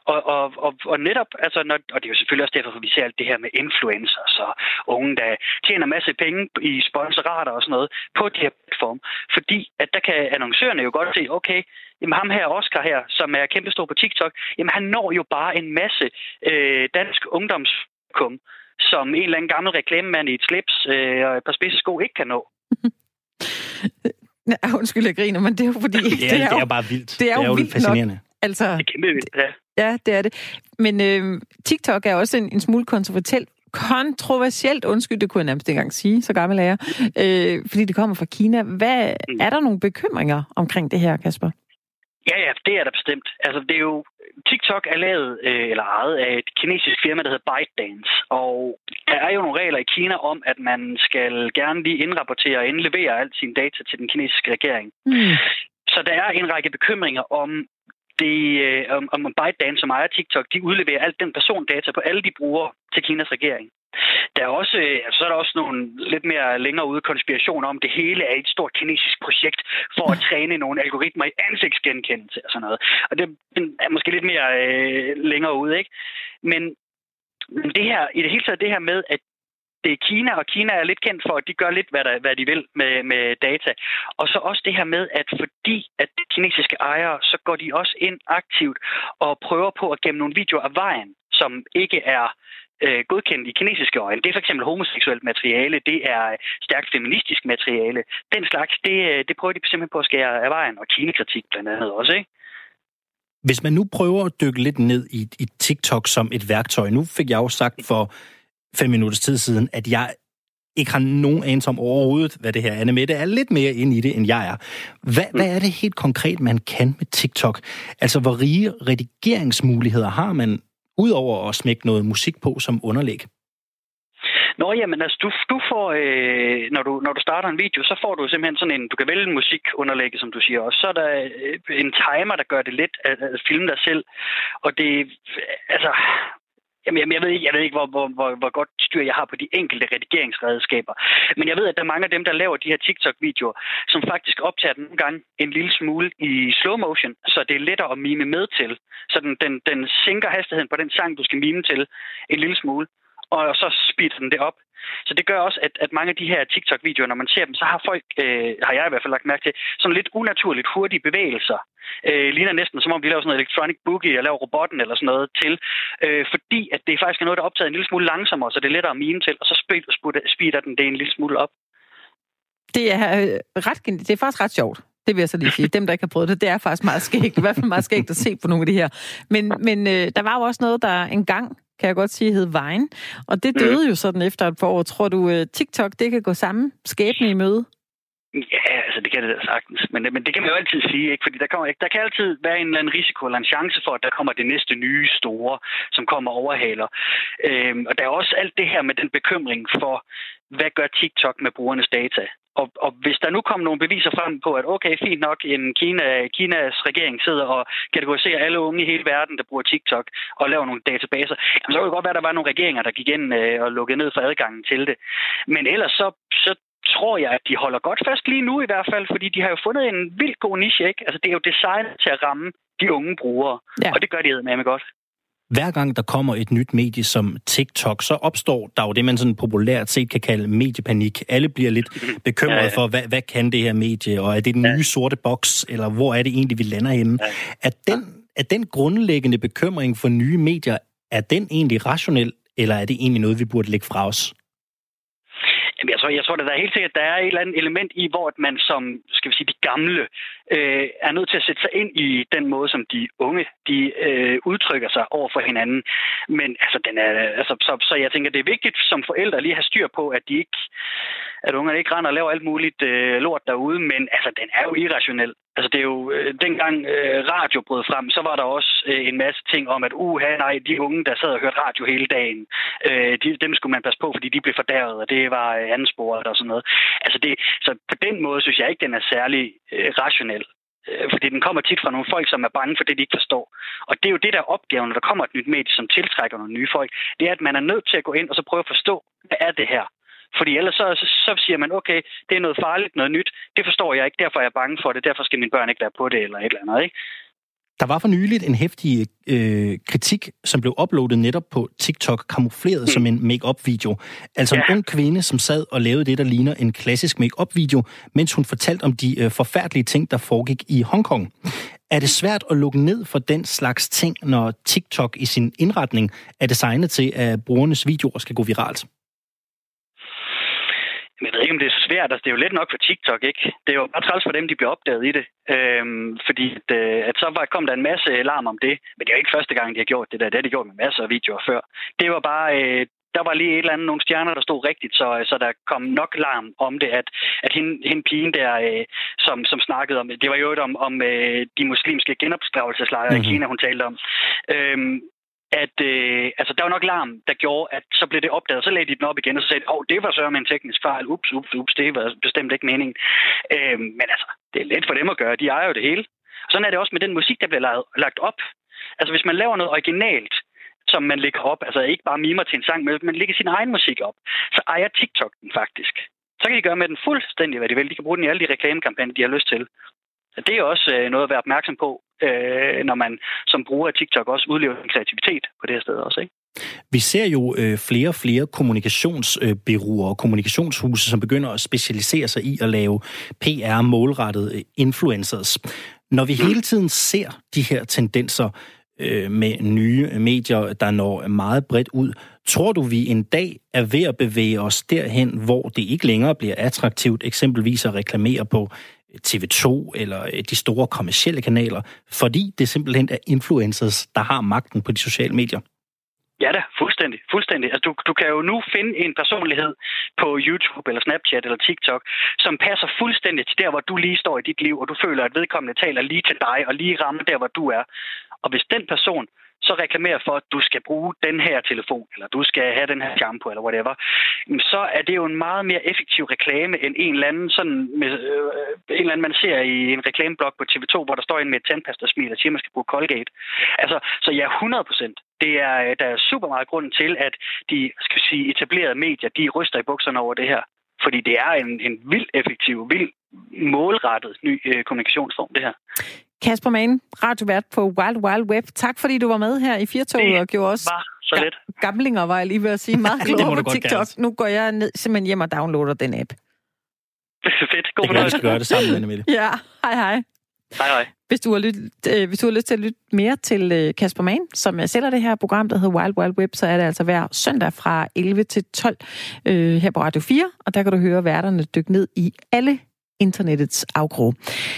Og netop, altså, og det er jo selvfølgelig også derfor, vi ser alt det her med influencers og unge, der tjener masse penge i sponsorater og sådan noget på det her platform. Fordi at der kan annoncørerne jo godt se, okay, jamen ham her, Oscar her, som er kæmpestor på TikTok, jamen han når jo bare en masse dansk ungdomskum, som en eller anden gammel reklamemand i et slips og et par spidse sko ikke kan nå. Undskyld, jeg griner, men det er jo fordi... det er jo bare vildt. Det er jo vildt fascinerende. Nok. Altså, det er kæmpe vildt, ja. Ja, det er det. Men TikTok er også en smule kontroversielt, undskyld, det kunne jeg nærmest ikke engang sige, så gammel er jeg, fordi det kommer fra Kina. Er der nogle bekymringer omkring det her, Kasper? Ja, det er der bestemt. Altså, det er jo... TikTok er lavet eller ejet af et kinesisk firma, der hedder ByteDance. Og der er jo nogle regler i Kina om, at man skal gerne lige indrapportere og indlevere alt sin data til den kinesiske regering. Så der er en række bekymringer om ByteDance, som ejer TikTok, de udleverer alt den persondata på alle de brugere til Kinas regering. Der er også, så er der også nogle lidt mere længere ude konspirationer om, det hele er et stort kinesisk projekt for at træne nogle algoritmer i ansigtsgenkendelse og sådan noget. Og det er måske lidt mere længere ude, ikke? Men det her, i det hele taget det her med, at det er Kina, og Kina er lidt kendt for, at de gør lidt, hvad de vil med data. Og så også det her med, at fordi at kinesiske ejere, så går de også ind aktivt og prøver på at gemme nogle videoer af vejen, som ikke er godkendt i kinesiske øjne. Det er for eksempel homoseksuelt materiale, det er stærkt feministisk materiale. Den slags, det prøver de simpelthen på at skære af vejen, og Kina-kritik blandt andet også, ikke? Hvis man nu prøver at dykke lidt ned i TikTok som et værktøj, nu fik jeg jo sagt for 5 minutters tid siden, at jeg ikke har nogen anelse om overhovedet, hvad det her er med. Det er lidt mere ind i det, end jeg er. Hvad er det helt konkret, man kan med TikTok? Altså, hvor rige redigeringsmuligheder har man, udover at smække noget musik på som underlæg? Nå, jamen, altså, du får, når du starter en video, så får du simpelthen sådan en, du kan vælge musikunderlægget, som du siger også. Så er der en timer, der gør det let at filme dig selv. Og det, altså, jamen, jeg ved ikke, hvor godt styr jeg har på de enkelte redigeringsredskaber. Men jeg ved, at der er mange af dem, der laver de her TikTok-videoer, som faktisk optager den nogle gange en lille smule i slow motion, så det er lettere at mime med til. Så den sænker hastigheden på den sang, du skal mime til en lille smule. Og så speeder den det op. Så det gør også, at mange af de her TikTok-videoer, når man ser dem, så har folk, har jeg i hvert fald lagt mærke til, sådan lidt unaturligt hurtige bevægelser. Ligner næsten, som om vi laver sådan noget electronic boogie og laver robotten eller sådan noget til. Fordi at det faktisk er noget, der er optaget en lille smule langsommere, så det er lettere at mime til, og så speeder den det en lille smule op. Det er faktisk ret sjovt. Det vil jeg så lige sige. Dem, der ikke har prøvet det, det er faktisk meget skægt. I hvert fald meget skægt at se på nogle af de her. Men der var jo også noget, der engang, kan jeg godt sige, hed Vine. Og det døde jo sådan efter et par år. Tror du, TikTok, det kan gå samme skæbne i møde? Ja, altså det kan det da sagtens. Men det kan man jo altid sige, ikke? Fordi der kan altid være en eller anden risiko eller en chance for, at der kommer det næste nye store, som kommer overhaler. Og der er også alt det her med den bekymring for, hvad gør TikTok med brugernes data? Og hvis der nu kommer nogle beviser frem på, at okay, fint nok, Kinas regering sidder og kategoriserer alle unge i hele verden, der bruger TikTok, og laver nogle databaser, jamen, så kan det godt være, at der var nogle regeringer, der gik ind og lukkede ned for adgangen til det. Men ellers så tror jeg, at de holder godt fast lige nu i hvert fald, fordi de har jo fundet en vildt god niche, ikke? Altså det er jo designet til at ramme de unge brugere, og det gør de med godt. Hver gang der kommer et nyt medie som TikTok, så opstår der jo det, man sådan populært set kan kalde mediepanik. Alle bliver lidt bekymrede for, hvad kan det her medie, og er det den nye sorte boks, eller hvor er det egentlig, vi lander henne? Er den grundlæggende bekymring for nye medier, er den egentlig rationel, eller er det egentlig noget, vi burde lægge fra os? Jamen, jeg tror, at der er helt sikkert, at der er et eller andet element i, hvor man som, skal vi sige, de gamle, er nødt til at sætte sig ind i den måde, som de unge, de udtrykker sig over for hinanden. Men altså, så jeg tænker, det er vigtigt som forældre lige at have styr på, at ungerne ikke render og laver alt muligt lort derude, men altså, den er jo irrationel. Altså, det er jo, dengang radio brød frem, så var der også en masse ting om, at de unge, der sad og hørte radio hele dagen, dem skulle man passe på, fordi de blev fordærvet, og det var ansporet og sådan noget. Altså, så på den måde synes jeg ikke, den er særlig rationel. Fordi den kommer tit fra nogle folk, som er bange for det, de ikke forstår. Og det er jo det, der er opgaven, når der kommer et nyt medie, som tiltrækker nogle nye folk. Det er, at man er nødt til at gå ind og så prøve at forstå, hvad er det her? Fordi ellers så siger man, okay, det er noget farligt, noget nyt. Det forstår jeg ikke, derfor er jeg bange for det. Derfor skal mine børn ikke være på det, eller et eller andet, ikke? Der var for nyligt en heftig kritik, som blev uploadet netop på TikTok, kamufleret som en make-up-video. Altså en ung kvinde, som sad og lavede det, der ligner en klassisk make-up-video, mens hun fortalte om de forfærdelige ting, der foregik i Hongkong. Er det svært at lukke ned for den slags ting, når TikTok i sin indretning er designet til, at brugernes videoer skal gå viralt? Jeg ved ikke, om det er svært. Altså, det er jo let nok for TikTok, ikke? Det er jo bare træls for dem, de bliver opdaget i det. Fordi at så kom der en masse larm om det. Men det er jo ikke første gang, de har gjort det der. Det har de gjort med masser af videoer før. Det var bare... der var lige et eller andet, nogle stjerner, der stod rigtigt, så der kom nok larm om det, at hende pigen der, som snakkede om... Det var jo om de muslimske genopdragelseslejre i Kina, hun talte om. Altså, der var nok larm, der gjorde, at så blev det opdaget. Så lagde de den op igen, og så sagde de, det var så med en teknisk fejl. Ups, det var bestemt ikke meningen. Men altså, det er let for dem at gøre. De ejer jo det hele. Sådan er det også med den musik, der bliver lagt op. Altså, hvis man laver noget originalt, som man lægger op, altså ikke bare mimer til en sang, men man lægger sin egen musik op, så ejer TikTok den faktisk. Så kan de gøre med den fuldstændig, hvad de vil. De kan bruge den i alle de reklamekampagner, de har lyst til. Det er også noget at være opmærksom på, når man som bruger af TikTok også udlever en kreativitet på det her sted også, ikke? Vi ser jo flere og flere kommunikationsbureauer og kommunikationshuse, som begynder at specialisere sig i at lave PR-målrettede influencers. Når vi hele tiden ser de her tendenser med nye medier, der når meget bredt ud, tror du, vi en dag er ved at bevæge os derhen, hvor det ikke længere bliver attraktivt, eksempelvis at reklamere på TV2 eller de store kommercielle kanaler, fordi det simpelthen er influencers, der har magten på de sociale medier? Ja da, fuldstændig. Altså, du kan jo nu finde en personlighed på YouTube eller Snapchat eller TikTok, som passer fuldstændig til der, hvor du lige står i dit liv, og du føler, at vedkommende taler lige til dig og lige rammer der, hvor du er. Og hvis den person så reklamerer for, at du skal bruge den her telefon, eller du skal have den her shampoo, eller whatever, så er det jo en meget mere effektiv reklame, end en eller anden, man ser i en reklameblok på TV2, hvor der står en med et tandpastasmil og siger, at man skal bruge Colgate. Altså, så ja, 100%. Der er super meget grund til, at de etablerede medier, de ryster i bukserne over det her. Fordi det er en vildt effektiv, vildt målrettet ny kommunikationsform, det her. Kasper Mann, radiovært på Wild Wild Web. Tak fordi du var med her i Firtoget og gjorde os gamlinger, var jeg lige ved at sige, meget klogere på TikTok. Nu går jeg ned simpelthen hjem og downloader den app. Det er fedt. God fornøjelse. Vi skal gøre det sammen, Mette. Ja, hej. Hej. Hvis du har lyst til at lytte mere til Kasper Mann, som jeg sælger det her program, der hedder Wild Wild Web, så er det altså hver søndag fra 11 til 12 her på Radio 4, og der kan du høre værterne dykke ned i alle internettets afkroge.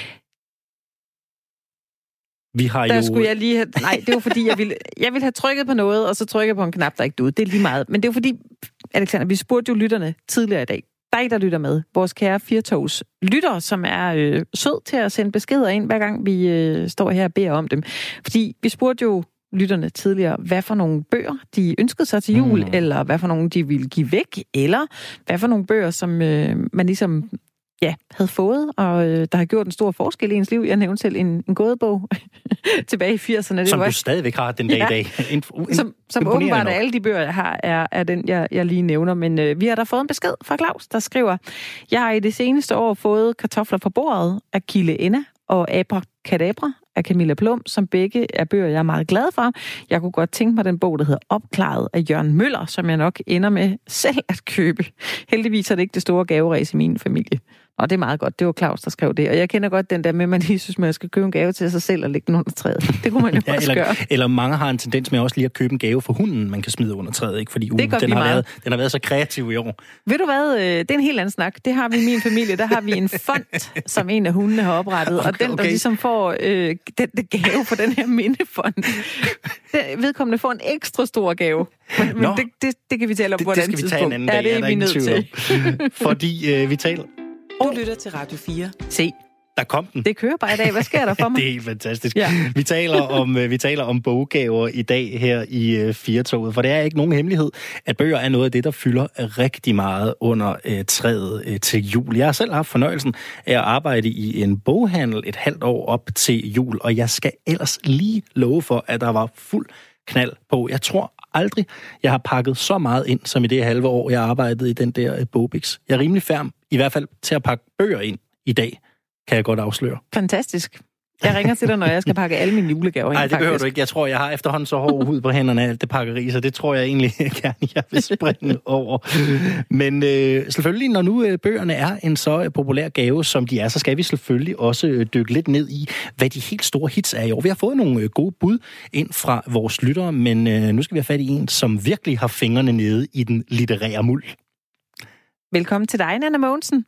Vi har der skulle jeg lige have... Nej, det var fordi, jeg ville have trykket på noget, og så trykke på en knap, der ikke duede. Det er lige meget. Men det er fordi, Alexander, vi spurgte jo lytterne tidligere i dag. Der lytter med. Vores kære Firtogs lytter, som er sød til at sende beskeder ind, hver gang vi står her og beder om dem. Fordi vi spurgte jo lytterne tidligere, hvad for nogle bøger de ønskede sig til jul, eller hvad for nogle de ville give væk, eller hvad for nogle bøger, som man ligesom havde fået, og der har gjort en stor forskel i ens liv. Jeg nævnte selv en gådebog tilbage i 80'erne. Som du stadigvæk har den dag i dag. Som åbenbart af alle de bøger, jeg har, er den, jeg lige nævner. Men vi har da fået en besked fra Claus, der skriver, jeg har i det seneste år fået Kartofler på bordet af Kille Enna og Abracadabra af Camilla Plum, som begge er bøger, jeg er meget glad for. Jeg kunne godt tænke mig den bog, der hedder Opklaret af Jørgen Møller, som jeg nok ender med selv at købe. Heldigvis er det ikke det store gaveræs i min familie. Og det er meget godt. Det var Claus, der skrev det. Og jeg kender godt den der med, at man lige synes, man skal købe en gave til sig selv og lægge den under træet. Det kunne man jo også gøre. Eller mange har en tendens med også lige at købe en gave for hunden, man kan smide under træet, ikke? Fordi den har været så kreativ i år. Ved du hvad? Det er en helt anden snak. Det har vi i min familie. Der har vi en fond, som en af hundene har oprettet. Og den, der ligesom får den gave på den her mindefond, vedkommende får en ekstra stor gave. Men det kan vi tale om på et andet tidspunkt. Det skal vi tage en anden dag. Ja, det er vi nødt til. Fordi vi taler... Du lytter til Radio 4. Se. Der kom den. Det kører bare i dag. Hvad sker der for mig? Det er helt fantastisk. Ja. Vi taler om boggaver i dag her i Firtoget, for det er ikke nogen hemmelighed, at bøger er noget af det, der fylder rigtig meget under træet til jul. Jeg har selv haft fornøjelsen af at arbejde i en boghandel et halvt år op til jul, og jeg skal ellers lige love for, at der var fuld knald på. Jeg tror aldrig, jeg har pakket så meget ind, som i det halve år, jeg arbejdede i den der bogbiks. Jeg er rimelig færm, i hvert fald til at pakke bøger ind i dag, kan jeg godt afsløre. Fantastisk. Jeg ringer til dig, når jeg skal pakke alle mine julegaver ind. Nej, det behøver du ikke. Jeg tror, jeg har efterhånden så hård hud på hænderne af alt det pakkeri, så det tror jeg egentlig gerne, jeg vil springe over. Men selvfølgelig, når nu bøgerne er en så populær gave, som de er, så skal vi selvfølgelig også dykke lidt ned i, hvad de helt store hits er i år. Vi har fået nogle gode bud ind fra vores lyttere, men nu skal vi have fat i en, som virkelig har fingrene nede i den litterære muld. Velkommen til dig, Nanna Mogensen.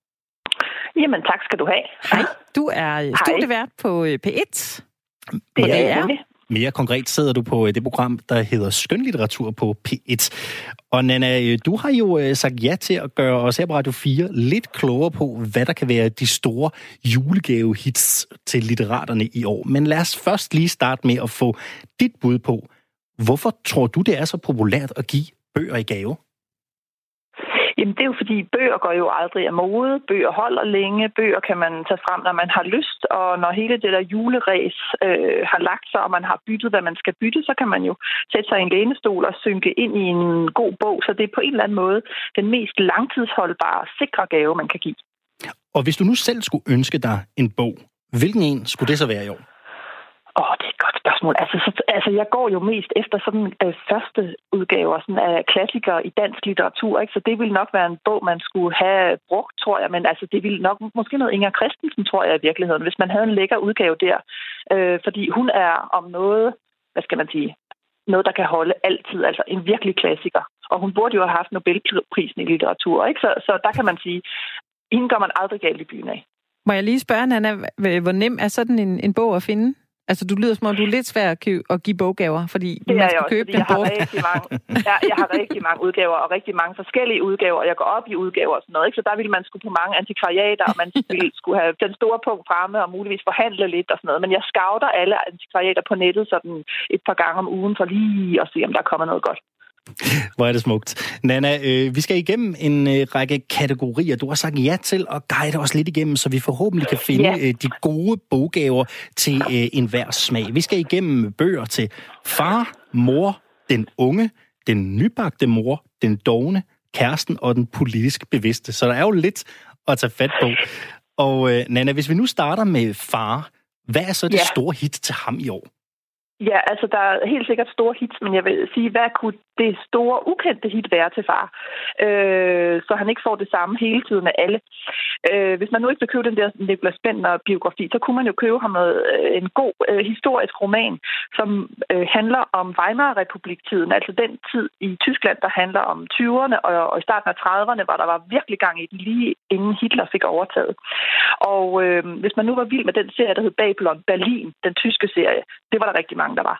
Jamen, tak skal du have. Hej. Du er studievært på P1. Det er jeg. Mere konkret sidder du på det program, der hedder Skønlitteratur på P1. Og Nanna, du har jo sagt ja til at gøre os her på Radio 4 lidt klogere på, hvad der kan være de store julegavehits til litteraterne i år. Men lad os først lige starte med at få dit bud på, hvorfor tror du, det er så populært at give bøger i gave? Jamen, det er jo fordi, bøger går jo aldrig af mode. Bøger holder længe. Bøger kan man tage frem, når man har lyst. Og når hele det der juleræs har lagt sig, og man har byttet, hvad man skal bytte, så kan man jo sætte sig i en lænestol og synke ind i en god bog. Så det er på en eller anden måde den mest langtidsholdbare, sikre gave, man kan give. Og hvis du nu selv skulle ønske dig en bog, hvilken en skulle det så være i år? Det er et godt spørgsmål. Altså, jeg går jo mest efter sådan første udgaver sådan af klassikere i dansk litteratur, ikke? Så det ville nok være en bog, man skulle have brugt, tror jeg. Men altså, det ville nok måske noget Inger Christensen, tror jeg i virkeligheden, hvis man havde en lækker udgave der. Fordi hun er om noget, hvad skal man sige, noget, der kan holde altid. Altså en virkelig klassiker. Og hun burde jo have haft Nobelprisen i litteratur, ikke? Så der kan man sige, hende gør man aldrig galt i byen af. Må jeg lige spørge, Nanna, hvor nem er sådan en bog at finde? Altså, du lyder som om, du er lidt svær at give boggaver, fordi det man skal købe den bog. Jeg har rigtig mange udgaver, og rigtig mange forskellige udgaver, og jeg går op i udgaver og sådan noget. Ikke? Så der ville man skulle på mange antikvariater, og man skulle have den store punkt fremme, og muligvis forhandle lidt og sådan noget. Men jeg scouter alle antikvariater på nettet sådan et par gange om ugen, for lige at se, om der kommer noget godt. Hvor er det smukt. Nanna, vi skal igennem en række kategorier. Du har sagt ja til at guide os lidt igennem, så vi forhåbentlig kan finde de gode boggaver til enhver smag. Vi skal igennem bøger til far, mor, den unge, den nybagte mor, den dovne, kæresten og den politisk bevidste. Så der er jo lidt at tage fat på. Og Nanna, hvis vi nu starter med far, hvad er så det store hit til ham i år? Ja, altså der er helt sikkert store hits, men jeg vil sige, hvad kunne det store, ukendte hit være til far? Så han ikke får det samme hele tiden af alle. Hvis man nu ikke vil købe den der Nicolas Bendtner-biografi, så kunne man jo købe ham en god historisk roman, som handler om Weimar-republiktiden, altså den tid i Tyskland, der handler om 20'erne og i starten af 30'erne, hvor der var virkelig gang i den, lige inden Hitler fik overtaget. Og hvis man nu var vild med den serie, der hed Babylon Berlin, den tyske serie, det var der rigtig mange, der var.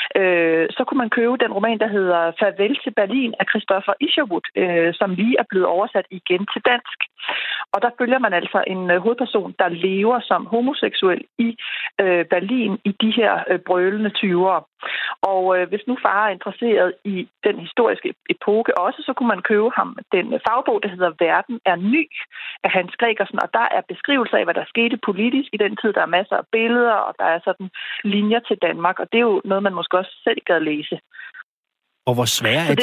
Så kunne man købe den roman, der hedder Farvel til Berlin af Christopher Isherwood, som lige er blevet oversat igen til dansk. Og der følger man altså en hovedperson, der lever som homoseksuel i Berlin i de her brølende 20'ere. Og hvis nu far er interesseret i den historiske epoke også, så kunne man købe ham den fagbog, der hedder Verden er ny af Hans Gregersen, og der er beskrivelser af, hvad der skete politisk i den tid. Der er masser af billeder, og der er sådan linjer til Danmark, og det er jo noget, man måske også selv gad læse. Og hvor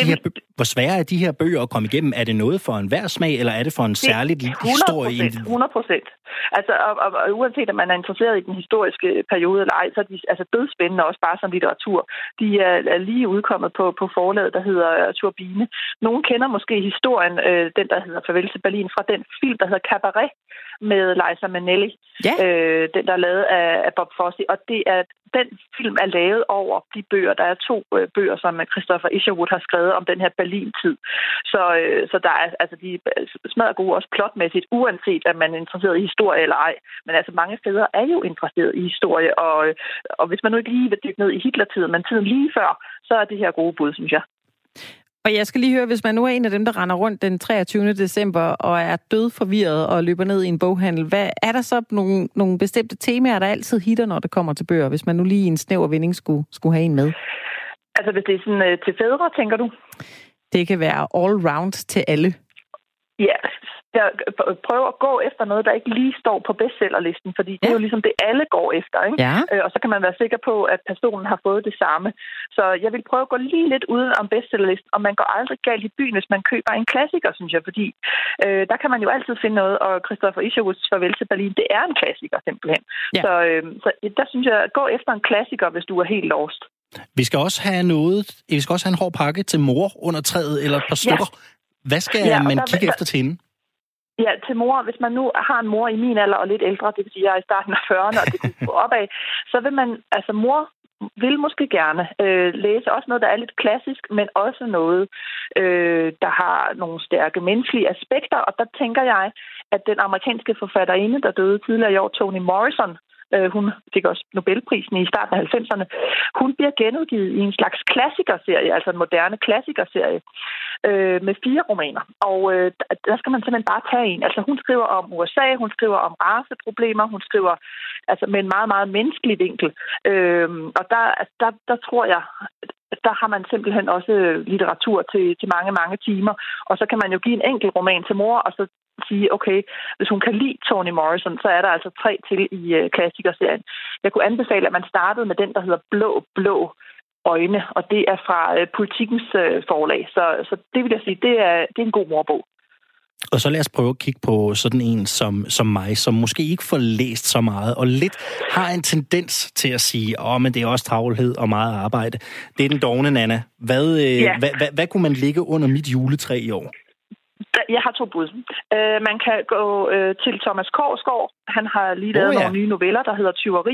svære er de her bøger at komme igennem? Er det noget for enhver smag, eller er det for en særlig historie? 100%. Altså, og uanset om man er interesseret i den historiske periode eller ej, så er de altså dødspændende også bare som litteratur. De er lige udkommet på forlaget, der hedder Turbine. Nogle kender måske historien, den der hedder Farvel til Berlin, fra den film, der hedder Cabaret med Liza Minnelli. Ja. Den, der er lavet af Bob Fosse. Og den film er lavet over de bøger. Der er 2 bøger, som Christopher Isherwood har skrevet om den her Berlin-tid. Så der er, altså, de smadrer gode også plotmæssigt, uanset at man er interesseret i historie eller ej. Men altså, mange fædre er jo interesseret i historie, og hvis man nu ikke lige vil dykke ned i Hitlertiden, men tiden lige før, så er det her gode bud, synes jeg. Og jeg skal lige høre, hvis man nu er en af dem, der render rundt den 23. december og er død forvirret og løber ned i en boghandel, hvad er der så nogle bestemte temaer, der altid hitter, når det kommer til bøger, hvis man nu lige i en snæver vending skulle have en med? Altså, hvis det er sådan til fædre, tænker du? Det kan være all round til alle. Ja, jeg prøver at gå efter noget, der ikke lige står på bestsellerlisten, fordi det er jo ligesom det, alle går efter, ikke? Ja. Og så kan man være sikker på, at personen har fået det samme. Så jeg vil prøve at gå lige lidt uden om bestsellerlisten, og man går aldrig galt i byen, hvis man køber en klassiker, synes jeg, fordi der kan man jo altid finde noget, og Christopher Isherwoods Farvel til Berlin, det er en klassiker simpelthen. Ja. Så der synes jeg, gå efter en klassiker, hvis du er helt lost. Vi skal også have en hård pakke til mor under træet eller et par stykker. Ja. Hvad skal man kigge efter til hende? Ja, til mor. Hvis man nu har en mor i min alder og lidt ældre, det vil sige, jeg er i starten af 40'erne, og det kunne gå opad, så vil man, altså mor vil måske gerne læse også noget, der er lidt klassisk, men også noget, der har nogle stærke menneskelige aspekter, og der tænker jeg, at den amerikanske forfatterinde, der døde tidligere i år, Toni Morrison, hun fik også Nobelprisen i starten af 90'erne. Hun bliver genudgivet i en slags klassikerserie, altså en moderne klassikerserie, med 4 romaner. Og der skal man simpelthen bare tage en. Altså hun skriver om USA, hun skriver om raceproblemer, hun skriver altså med en meget, meget menneskelig vinkel. Og der tror jeg, der har man simpelthen også litteratur til mange, mange timer. Og så kan man jo give en enkelt roman til mor, og så sige, okay, hvis hun kan lide Toni Morrison, så er der altså 3 til i klassikerserien. Jeg kunne anbefale, at man startede med den, der hedder Blå øjne, og det er fra Politikens forlag. Så det vil jeg sige, det er en god morbog. Og så lad os prøve at kigge på sådan en som mig, som måske ikke får læst så meget, og lidt har en tendens til at sige, men det er også travlhed og meget arbejde. Det er den dovne, Nanna. Hvad kunne man lægge under mit juletræ i år? Jeg har 2 bud. Man kan gå til Thomas Korsgaard. Han har lige lavet nogle nye noveller, der hedder Tyveri.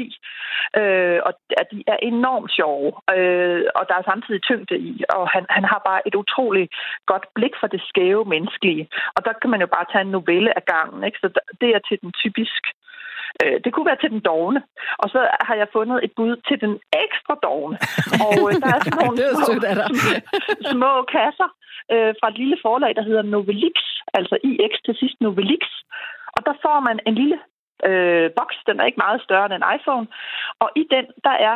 Og de er enormt sjove. Og der er samtidig tyngde i. Og han har bare et utroligt godt blik for det skæve menneskelige. Og der kan man jo bare tage en novelle af gangen. Ikke? Så det er til den Det kunne være til den dovne. Og så har jeg fundet et bud til den ekstra dovne. Og der er sådan nogle små kasser fra et lille forlag, der hedder Novelix, altså IX til sidst Novelix. Og der får man en lille boks, den er ikke meget større end en iPhone. Og i den, der er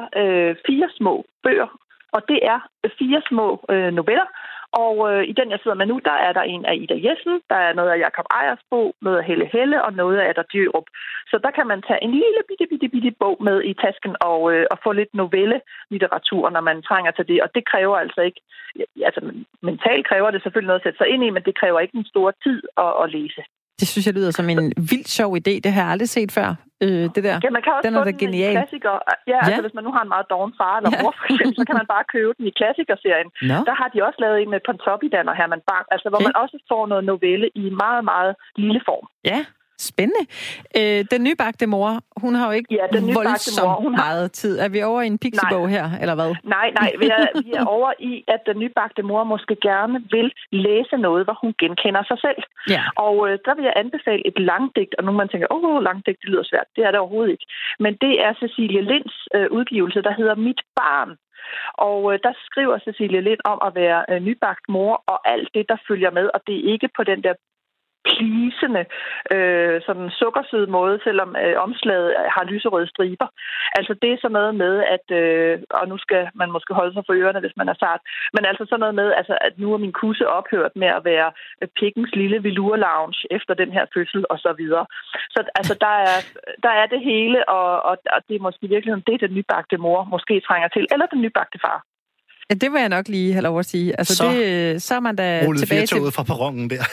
4 små bøger, og det er 4 små noveller. Og i den, jeg sidder med nu, der er der en af Ida Jessen, der er noget af Jakob Ejersbo, noget af Helle Helle og noget af Adder Djørup. Så der kan man tage en lille bitte bog med i tasken og få lidt novellelitteratur, når man trænger til det. Og det kræver altså ikke, altså mentalt kræver det selvfølgelig noget at sætte sig ind i, men det kræver ikke en stor tid at læse. Det synes jeg lyder som en vildt sjov idé. Det har jeg aldrig set før. Det der. Ja, man kan også få den i klassiker. Ja, altså hvis man nu har en meget doven far eller mor, for eksempel, så kan man bare købe den i klassikerserien. No. Der har de også lavet en med Pontoppidan og Herman Bang, altså hvor man også får noget novelle i meget, meget lille form. Ja. Spændende. Den nybagte mor, hun har jo ikke voldsomt meget tid. Er vi over i en pixiebog her, eller hvad? Nej, vi er over i, at den nybagte mor måske gerne vil læse noget, hvor hun genkender sig selv. Ja. Og der vil jeg anbefale et langdigt, og nu man tænker, langdigt, det lyder svært. Det er det overhovedet ikke. Men det er Cecilie Linds udgivelse, der hedder Mit barn. Og der skriver Cecilie Lind om at være nybagt mor, og alt det, der følger med, og det er ikke på den der plisende, sådan sukkersød måde, selvom omslaget har lyserøde striber. Altså det er sådan noget med, at og nu skal man måske holde sig for ørerne, hvis man er sart, men altså sådan noget med, altså, at nu er min kusse ophørt med at være pikkens lille velour-lounge efter den her fødsel, og så videre. Så altså, der er det hele, og det er måske virkelig det, den nybagte mor måske trænger til, eller den nybagte far. Ja, det vil jeg nok lige have lov at sige. Altså, så er man da tilbage til... fra perronen der.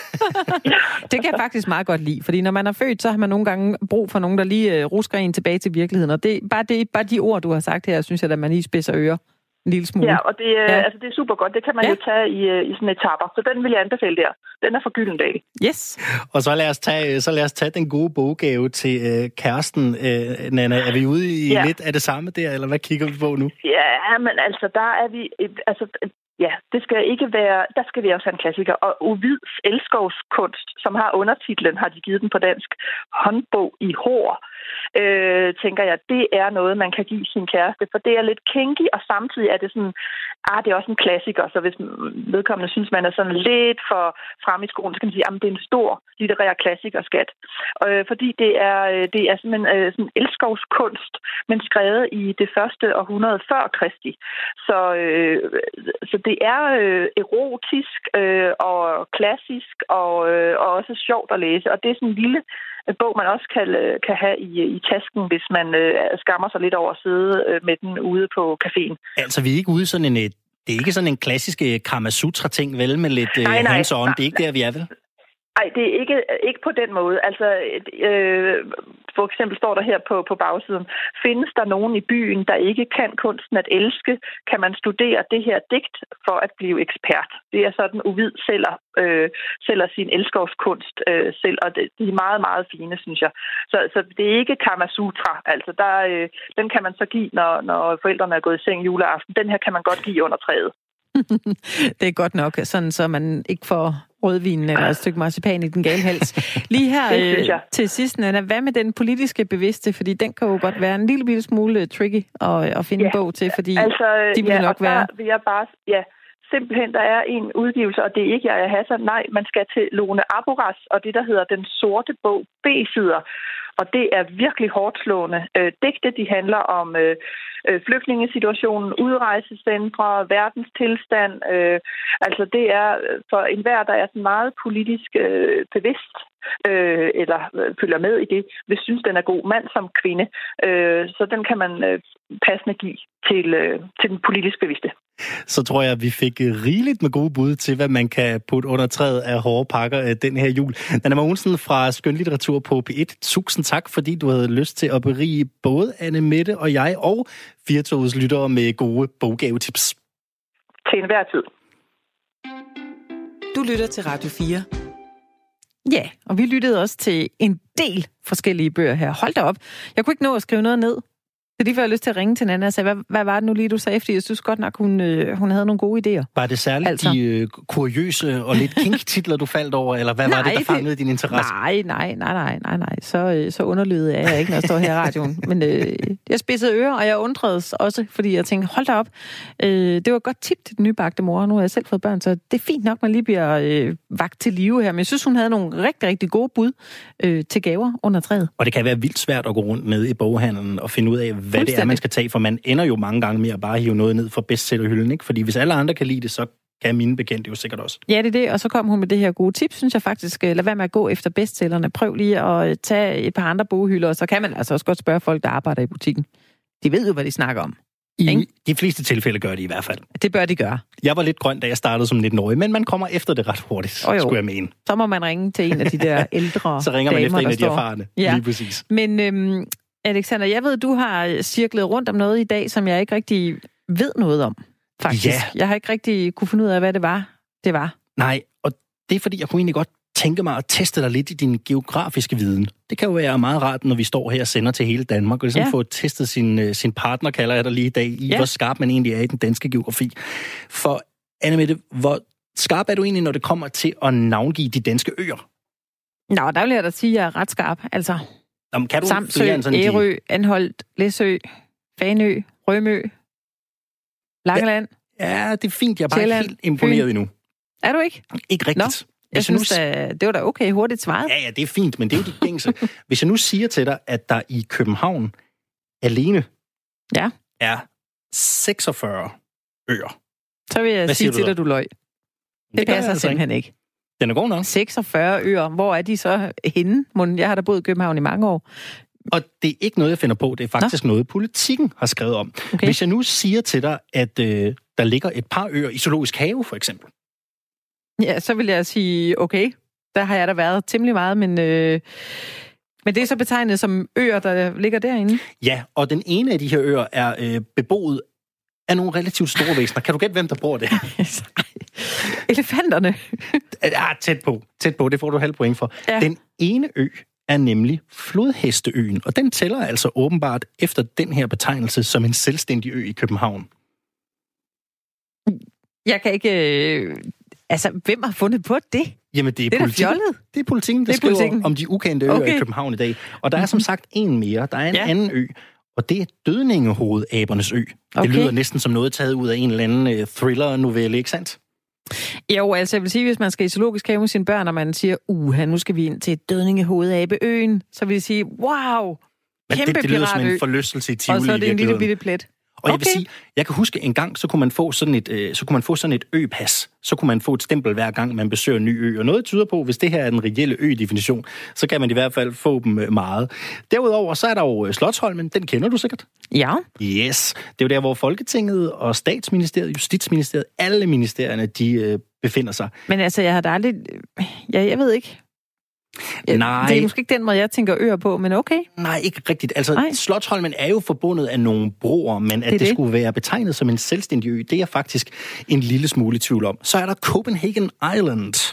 Det kan jeg faktisk meget godt lide, fordi når man er født, så har man nogle gange brug for nogen, der lige rusker en tilbage til virkeligheden. Og bare de ord, du har sagt her, synes jeg, at man lige spidser ører en lille smule. Ja, og det er super godt. Det kan man jo tage i sådan etaper. Så den vil jeg anbefale der. Den er fra Gyldendal. Yes. Og så lad os tage den gode boggave til kæresten, Nanna. Er vi ude i lidt af det samme der, eller hvad kigger vi på nu? Ja, men altså, der er vi... Ja, det skal ikke være... Der skal vi også have en klassiker. Og Ovids elskovskunst, som har undertitlen, har de givet den på dansk, Håndbog i hår, tænker jeg, det er noget, man kan give sin kæreste, for det er lidt kinky, og samtidig er det sådan, det er også en klassiker, så hvis vedkommende synes, man er sådan lidt for frem i skolen, så kan man sige, at det er en stor litterær klassikerskat. Fordi det er simpelthen sådan elskovskunst, men skrevet i det første århundrede før Kristi. Så det er erotisk og klassisk og også sjovt at læse, og det er sådan en lille bog, man også kan have i tasken, hvis man skammer sig lidt over at sidde med den ude på caféen. Altså, vi er ikke ude sådan en... Det er ikke sådan en klassisk Kamasutra-ting, vel, med lidt hands-on. Det er ikke der, vi er, vel? Nej, det er ikke på den måde. Altså, for eksempel står der her på bagsiden, findes der nogen i byen, der ikke kan kunsten at elske, kan man studere det her digt for at blive ekspert. Det er sådan, Ovid sælger sin elskovskunst selv, og de er meget, meget fine, synes jeg. Så det er ikke Kamasutra. Altså, den kan man så give, når forældrene er gået i seng juleaften. Den her kan man godt give under træet. Det er godt nok, sådan så man ikke får rødvinen eller et stykke marcipan i den gale hals. Lige her til sidst, Nanna, hvad med den politiske bevidste? Fordi den kan jo godt være en lille smule tricky at finde en bog til, fordi de vil nok være... Vil jeg bare, simpelthen, der er en udgivelse, og det er ikke jeg Hassan. Nej, man skal til Lone Aboras, og det, der hedder Den Sorte Bog, B-sider. Og det er virkelig hårdslående. Digte, de handler om flygtningesituationen, udrejsecentre, verdens tilstand. Altså det er for enhver, der er sådan meget politisk bevidst, eller følger med i det, hvis synes, den er god, mand som kvinde. Så den kan man passende give til den politisk bevidste. Så tror jeg, at vi fik rigeligt med gode bud til, hvad man kan putte under træet af hårde pakker den her jul. Nanna Mogensen fra Skønlitteratur på P1. Tusind tak, fordi du havde lyst til at berige både Anne Mette og jeg og Firtogets lyttere med gode boggavetips. Til enhver tid. Du lytter til Radio 4. Ja, og vi lyttede også til en del forskellige bøger her. Hold da op. Jeg kunne ikke nå at skrive noget ned. Det er lige før, jeg har lyst til at ringe til Nana og sige, hvad var det nu lige, du sagde? Fordi jeg synes godt nok, hun havde nogle gode idéer. Var det særligt de kuriøse og lidt kinky-titler, du faldt over, eller hvad var det, der fangede din interesse? Nej. Så underlydet er jeg ikke, når jeg står her i radioen. Men jeg spidsede ører, og jeg undredes også, fordi jeg tænkte, hold da op, det var et godt tip til den nybagte mor. Nu har jeg selv fået børn, så det er fint nok, man lige bliver vagt til live her. Men jeg synes, hun havde nogle rigtig, rigtig gode bud til gaver under træet. Og det kan være vildt svært at gå rundt nede i boghandlen og finde ud af, hvad det er, man skal tage, for man ender jo mange gange med at bare hive noget ned fra bestsellerhylden, ikke? Fordi hvis alle andre kan lide det, så kan mine bekendte jo sikkert også. Ja, det er det, og så kom hun med det her gode tip, synes jeg faktisk. Lad være med at gå efter bestsellerne. Prøv lige at tage et par andre boghylder, og så kan man altså også godt spørge folk, der arbejder i butikken. De ved jo, hvad de snakker om. I de fleste tilfælde gør de i hvert fald. Det bør de gøre. Jeg var lidt grøn, da jeg startede som 19-årig, men man kommer efter det ret hurtigt, skulle jeg mene. Så må man ringe til en af de der ældre så ringer man damer, efter en af de erfarne, lige præcis. Men Alexander, jeg ved, du har cirklet rundt om noget i dag, som jeg ikke rigtig ved noget om, faktisk. Ja. Jeg har ikke rigtig kunne finde ud af, hvad det var. Nej, og det er fordi, jeg kunne egentlig godt tænke mig at teste dig lidt i din geografiske viden. Det kan jo være meget rart, når vi står her og sender til hele Danmark, og ligesom få testet sin partner, kalder jeg dig lige i dag, i hvor skarp man egentlig er i den danske geografi. For Anne-Mette, hvor skarp er du egentlig, når det kommer til at navngive de danske øer? Nå, der vil jeg da sige, at jeg er ret skarp. Altså, kan du Samsø, Ærø, Anholt, Læsø, Fanø, Rømø, Langeland. Ja, det er fint. Jeg er bare ikke helt imponeret endnu. Er du ikke? Ikke rigtigt. Jeg synes, det var da okay hurtigt svaret. Ja, det er fint, men det er jo de gængse. Hvis jeg nu siger til dig, at der i København alene er 46 øer. Så vil jeg sige til dig, du løg. Det passer simpelthen ikke. Den er god nok. 46 øer. Hvor er de så henne? Jeg har da boet i København i mange år. Og det er ikke noget, jeg finder på. Det er faktisk noget, Politikken har skrevet om. Okay. Hvis jeg nu siger til dig, at der ligger et par øer i Zoologisk Have, for eksempel. Ja, så vil jeg sige, okay, der har jeg da været temmelig meget, men det er så betegnet som øer, der ligger derinde. Ja, og den ene af de her øer er beboet af nogle relativt store væsener. Kan du gætte, hvem der bor der? Elefanterne. Tæt på. Det får du halv point for. Ja. Den ene ø er nemlig Flodhesteøen, og den tæller altså åbenbart efter den her betegnelse som en selvstændig ø i København. Jeg kan ikke... hvem har fundet på det? Jamen, det er Politikken. Det er Politikken, der skriver om de ukendte øer i København i dag. Og der er som sagt en mere. Der er en anden ø, og det er Dødningehovedabernes ø. Det lyder næsten som noget taget ud af en eller anden thriller-novelle, ikke sandt? Jo, altså jeg vil sige, hvis man skal i Zoologisk Have med sine børn, og man siger, nu skal vi ind til Dødningehovedabeøen, så vil de sige, wow, kæmpe piratø. Det lyder som en forlystelse i Tivoli. Og så er det en lille bitte plet. Og jeg vil sige, jeg kan huske en gang, så kunne man få sådan et ø-pas. Så kunne man få et stempel hver gang, man besøger en ny ø. Og noget tyder på, hvis det her er den reelle ø-definition, så kan man i hvert fald få dem meget. Derudover, så er der jo Slotsholmen. Den kender du sikkert? Ja. Yes. Det er jo der, hvor Folketinget og Statsministeriet, Justitsministeriet, alle ministerierne, de befinder sig. Men altså, jeg har da aldrig... jeg ved ikke... Nej. Det er måske ikke den måde, jeg tænker øer på, men okay. Nej, ikke rigtigt. Altså, Slotsholmen er jo forbundet af nogle broer, men at det skulle være betegnet som en selvstændig ø, det er jeg faktisk en lille smule i tvivl om. Så er der Copenhagen Island.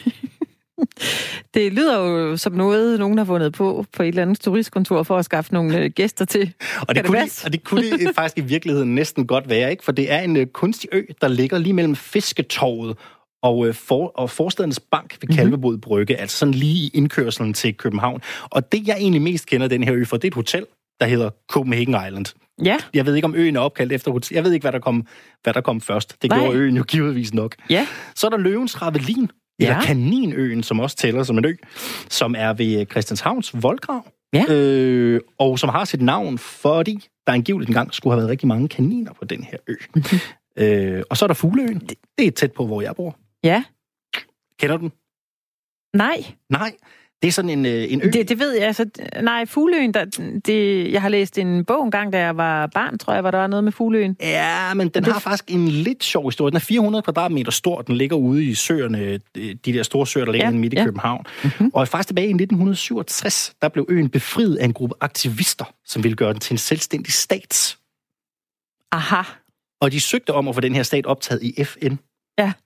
Det lyder jo som noget, nogen har fundet på et eller andet turistkontor for at skaffe nogle gæster til. Og det kunne det faktisk i virkeligheden næsten godt være, ikke? For det er en kunstig ø, der ligger lige mellem Fisketorvet og Forstadens Bank ved Kalvebod Brygge, altså sådan lige i indkørslen til København. Og det, jeg egentlig mest kender den her ø for, det er et hotel, der hedder Copenhagen Island. Ja. Jeg ved ikke, om øen er opkaldt efter hotel. Jeg ved ikke, hvad der kom først. Det gjorde øen jo givetvis nok. Ja. Så er der Løvens Ravelin, eller Kaninøen, som også tæller som en ø, som er ved Christianshavns voldgrav. Ja. Og som har sit navn, fordi der angiveligt engang skulle have været rigtig mange kaniner på den her ø. Og så er der Fugleøen. Det er tæt på, hvor jeg bor. Ja. Kender du den? Nej. Det er sådan en ø. Det ved jeg. Altså, nej, Fugleøen, jeg har læst en bog engang, da jeg var barn, tror jeg, hvor der var noget med Fugleøen. Ja, men den har faktisk en lidt sjov historie. Den er 400 kvadratmeter stor. Den ligger ude i søerne, de der store søer, der ligger midt i København. Mm-hmm. Og faktisk tilbage i 1967, der blev øen befriet af en gruppe aktivister, som ville gøre den til en selvstændig stat. Aha. Og de søgte om at få den her stat optaget i FN. Ja.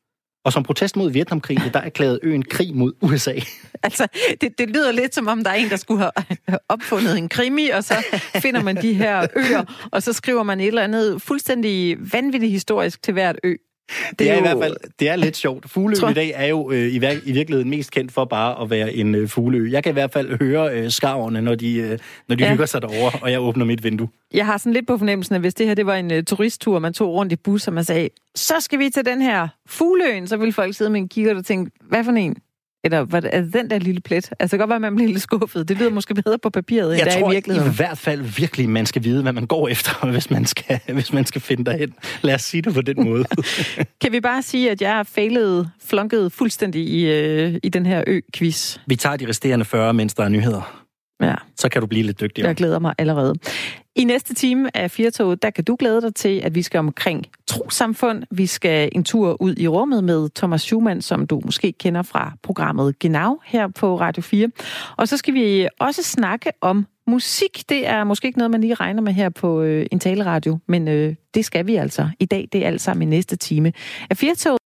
Og som protest mod Vietnamkrigen, der erklærede øen krig mod USA. Altså, det lyder lidt som om, der er en, der skulle have opfundet en krimi, og så finder man de her øer, og så skriver man et eller andet fuldstændig vanvittigt historisk til hvert ø. Det er i hvert fald, det er lidt sjovt. Fugleø i dag er jo i virkeligheden mest kendt for bare at være en fugleø. Jeg kan i hvert fald høre skarverne, når de hygger sig derovre, og jeg åbner mit vindue. Jeg har sådan lidt på fornemmelsen, at hvis det her det var en turisttur, man tog rundt i bus, og man sagde, så skal vi til den her Fugleøen, så ville folk sidde med en kikkert og tænke, hvad for en? Eller er det den der lille plet? Altså, det kan godt være, at man bliver lidt skuffet. Det lyder måske bedre på papiret, end der i virkeligheden. Jeg tror i hvert fald virkelig, man skal vide, hvad man går efter, hvis man skal finde derhen. Lad os sige det på den måde. Kan vi bare sige, at jeg er flunkede fuldstændig i den her ø-quiz? Vi tager de resterende 40, mens der er nyheder. Ja. Så kan du blive lidt dygtigere. Jeg glæder mig allerede. I næste time af Firtoget, der kan du glæde dig til, at vi skal omkring trossamfund. Vi skal en tur ud i rummet med Thomas Schumann, som du måske kender fra programmet Genau her på Radio 4. Og så skal vi også snakke om musik. Det er måske ikke noget, man lige regner med her på en taleradio, men det skal vi altså. I dag, det er alt sammen i næste time af Firtoget.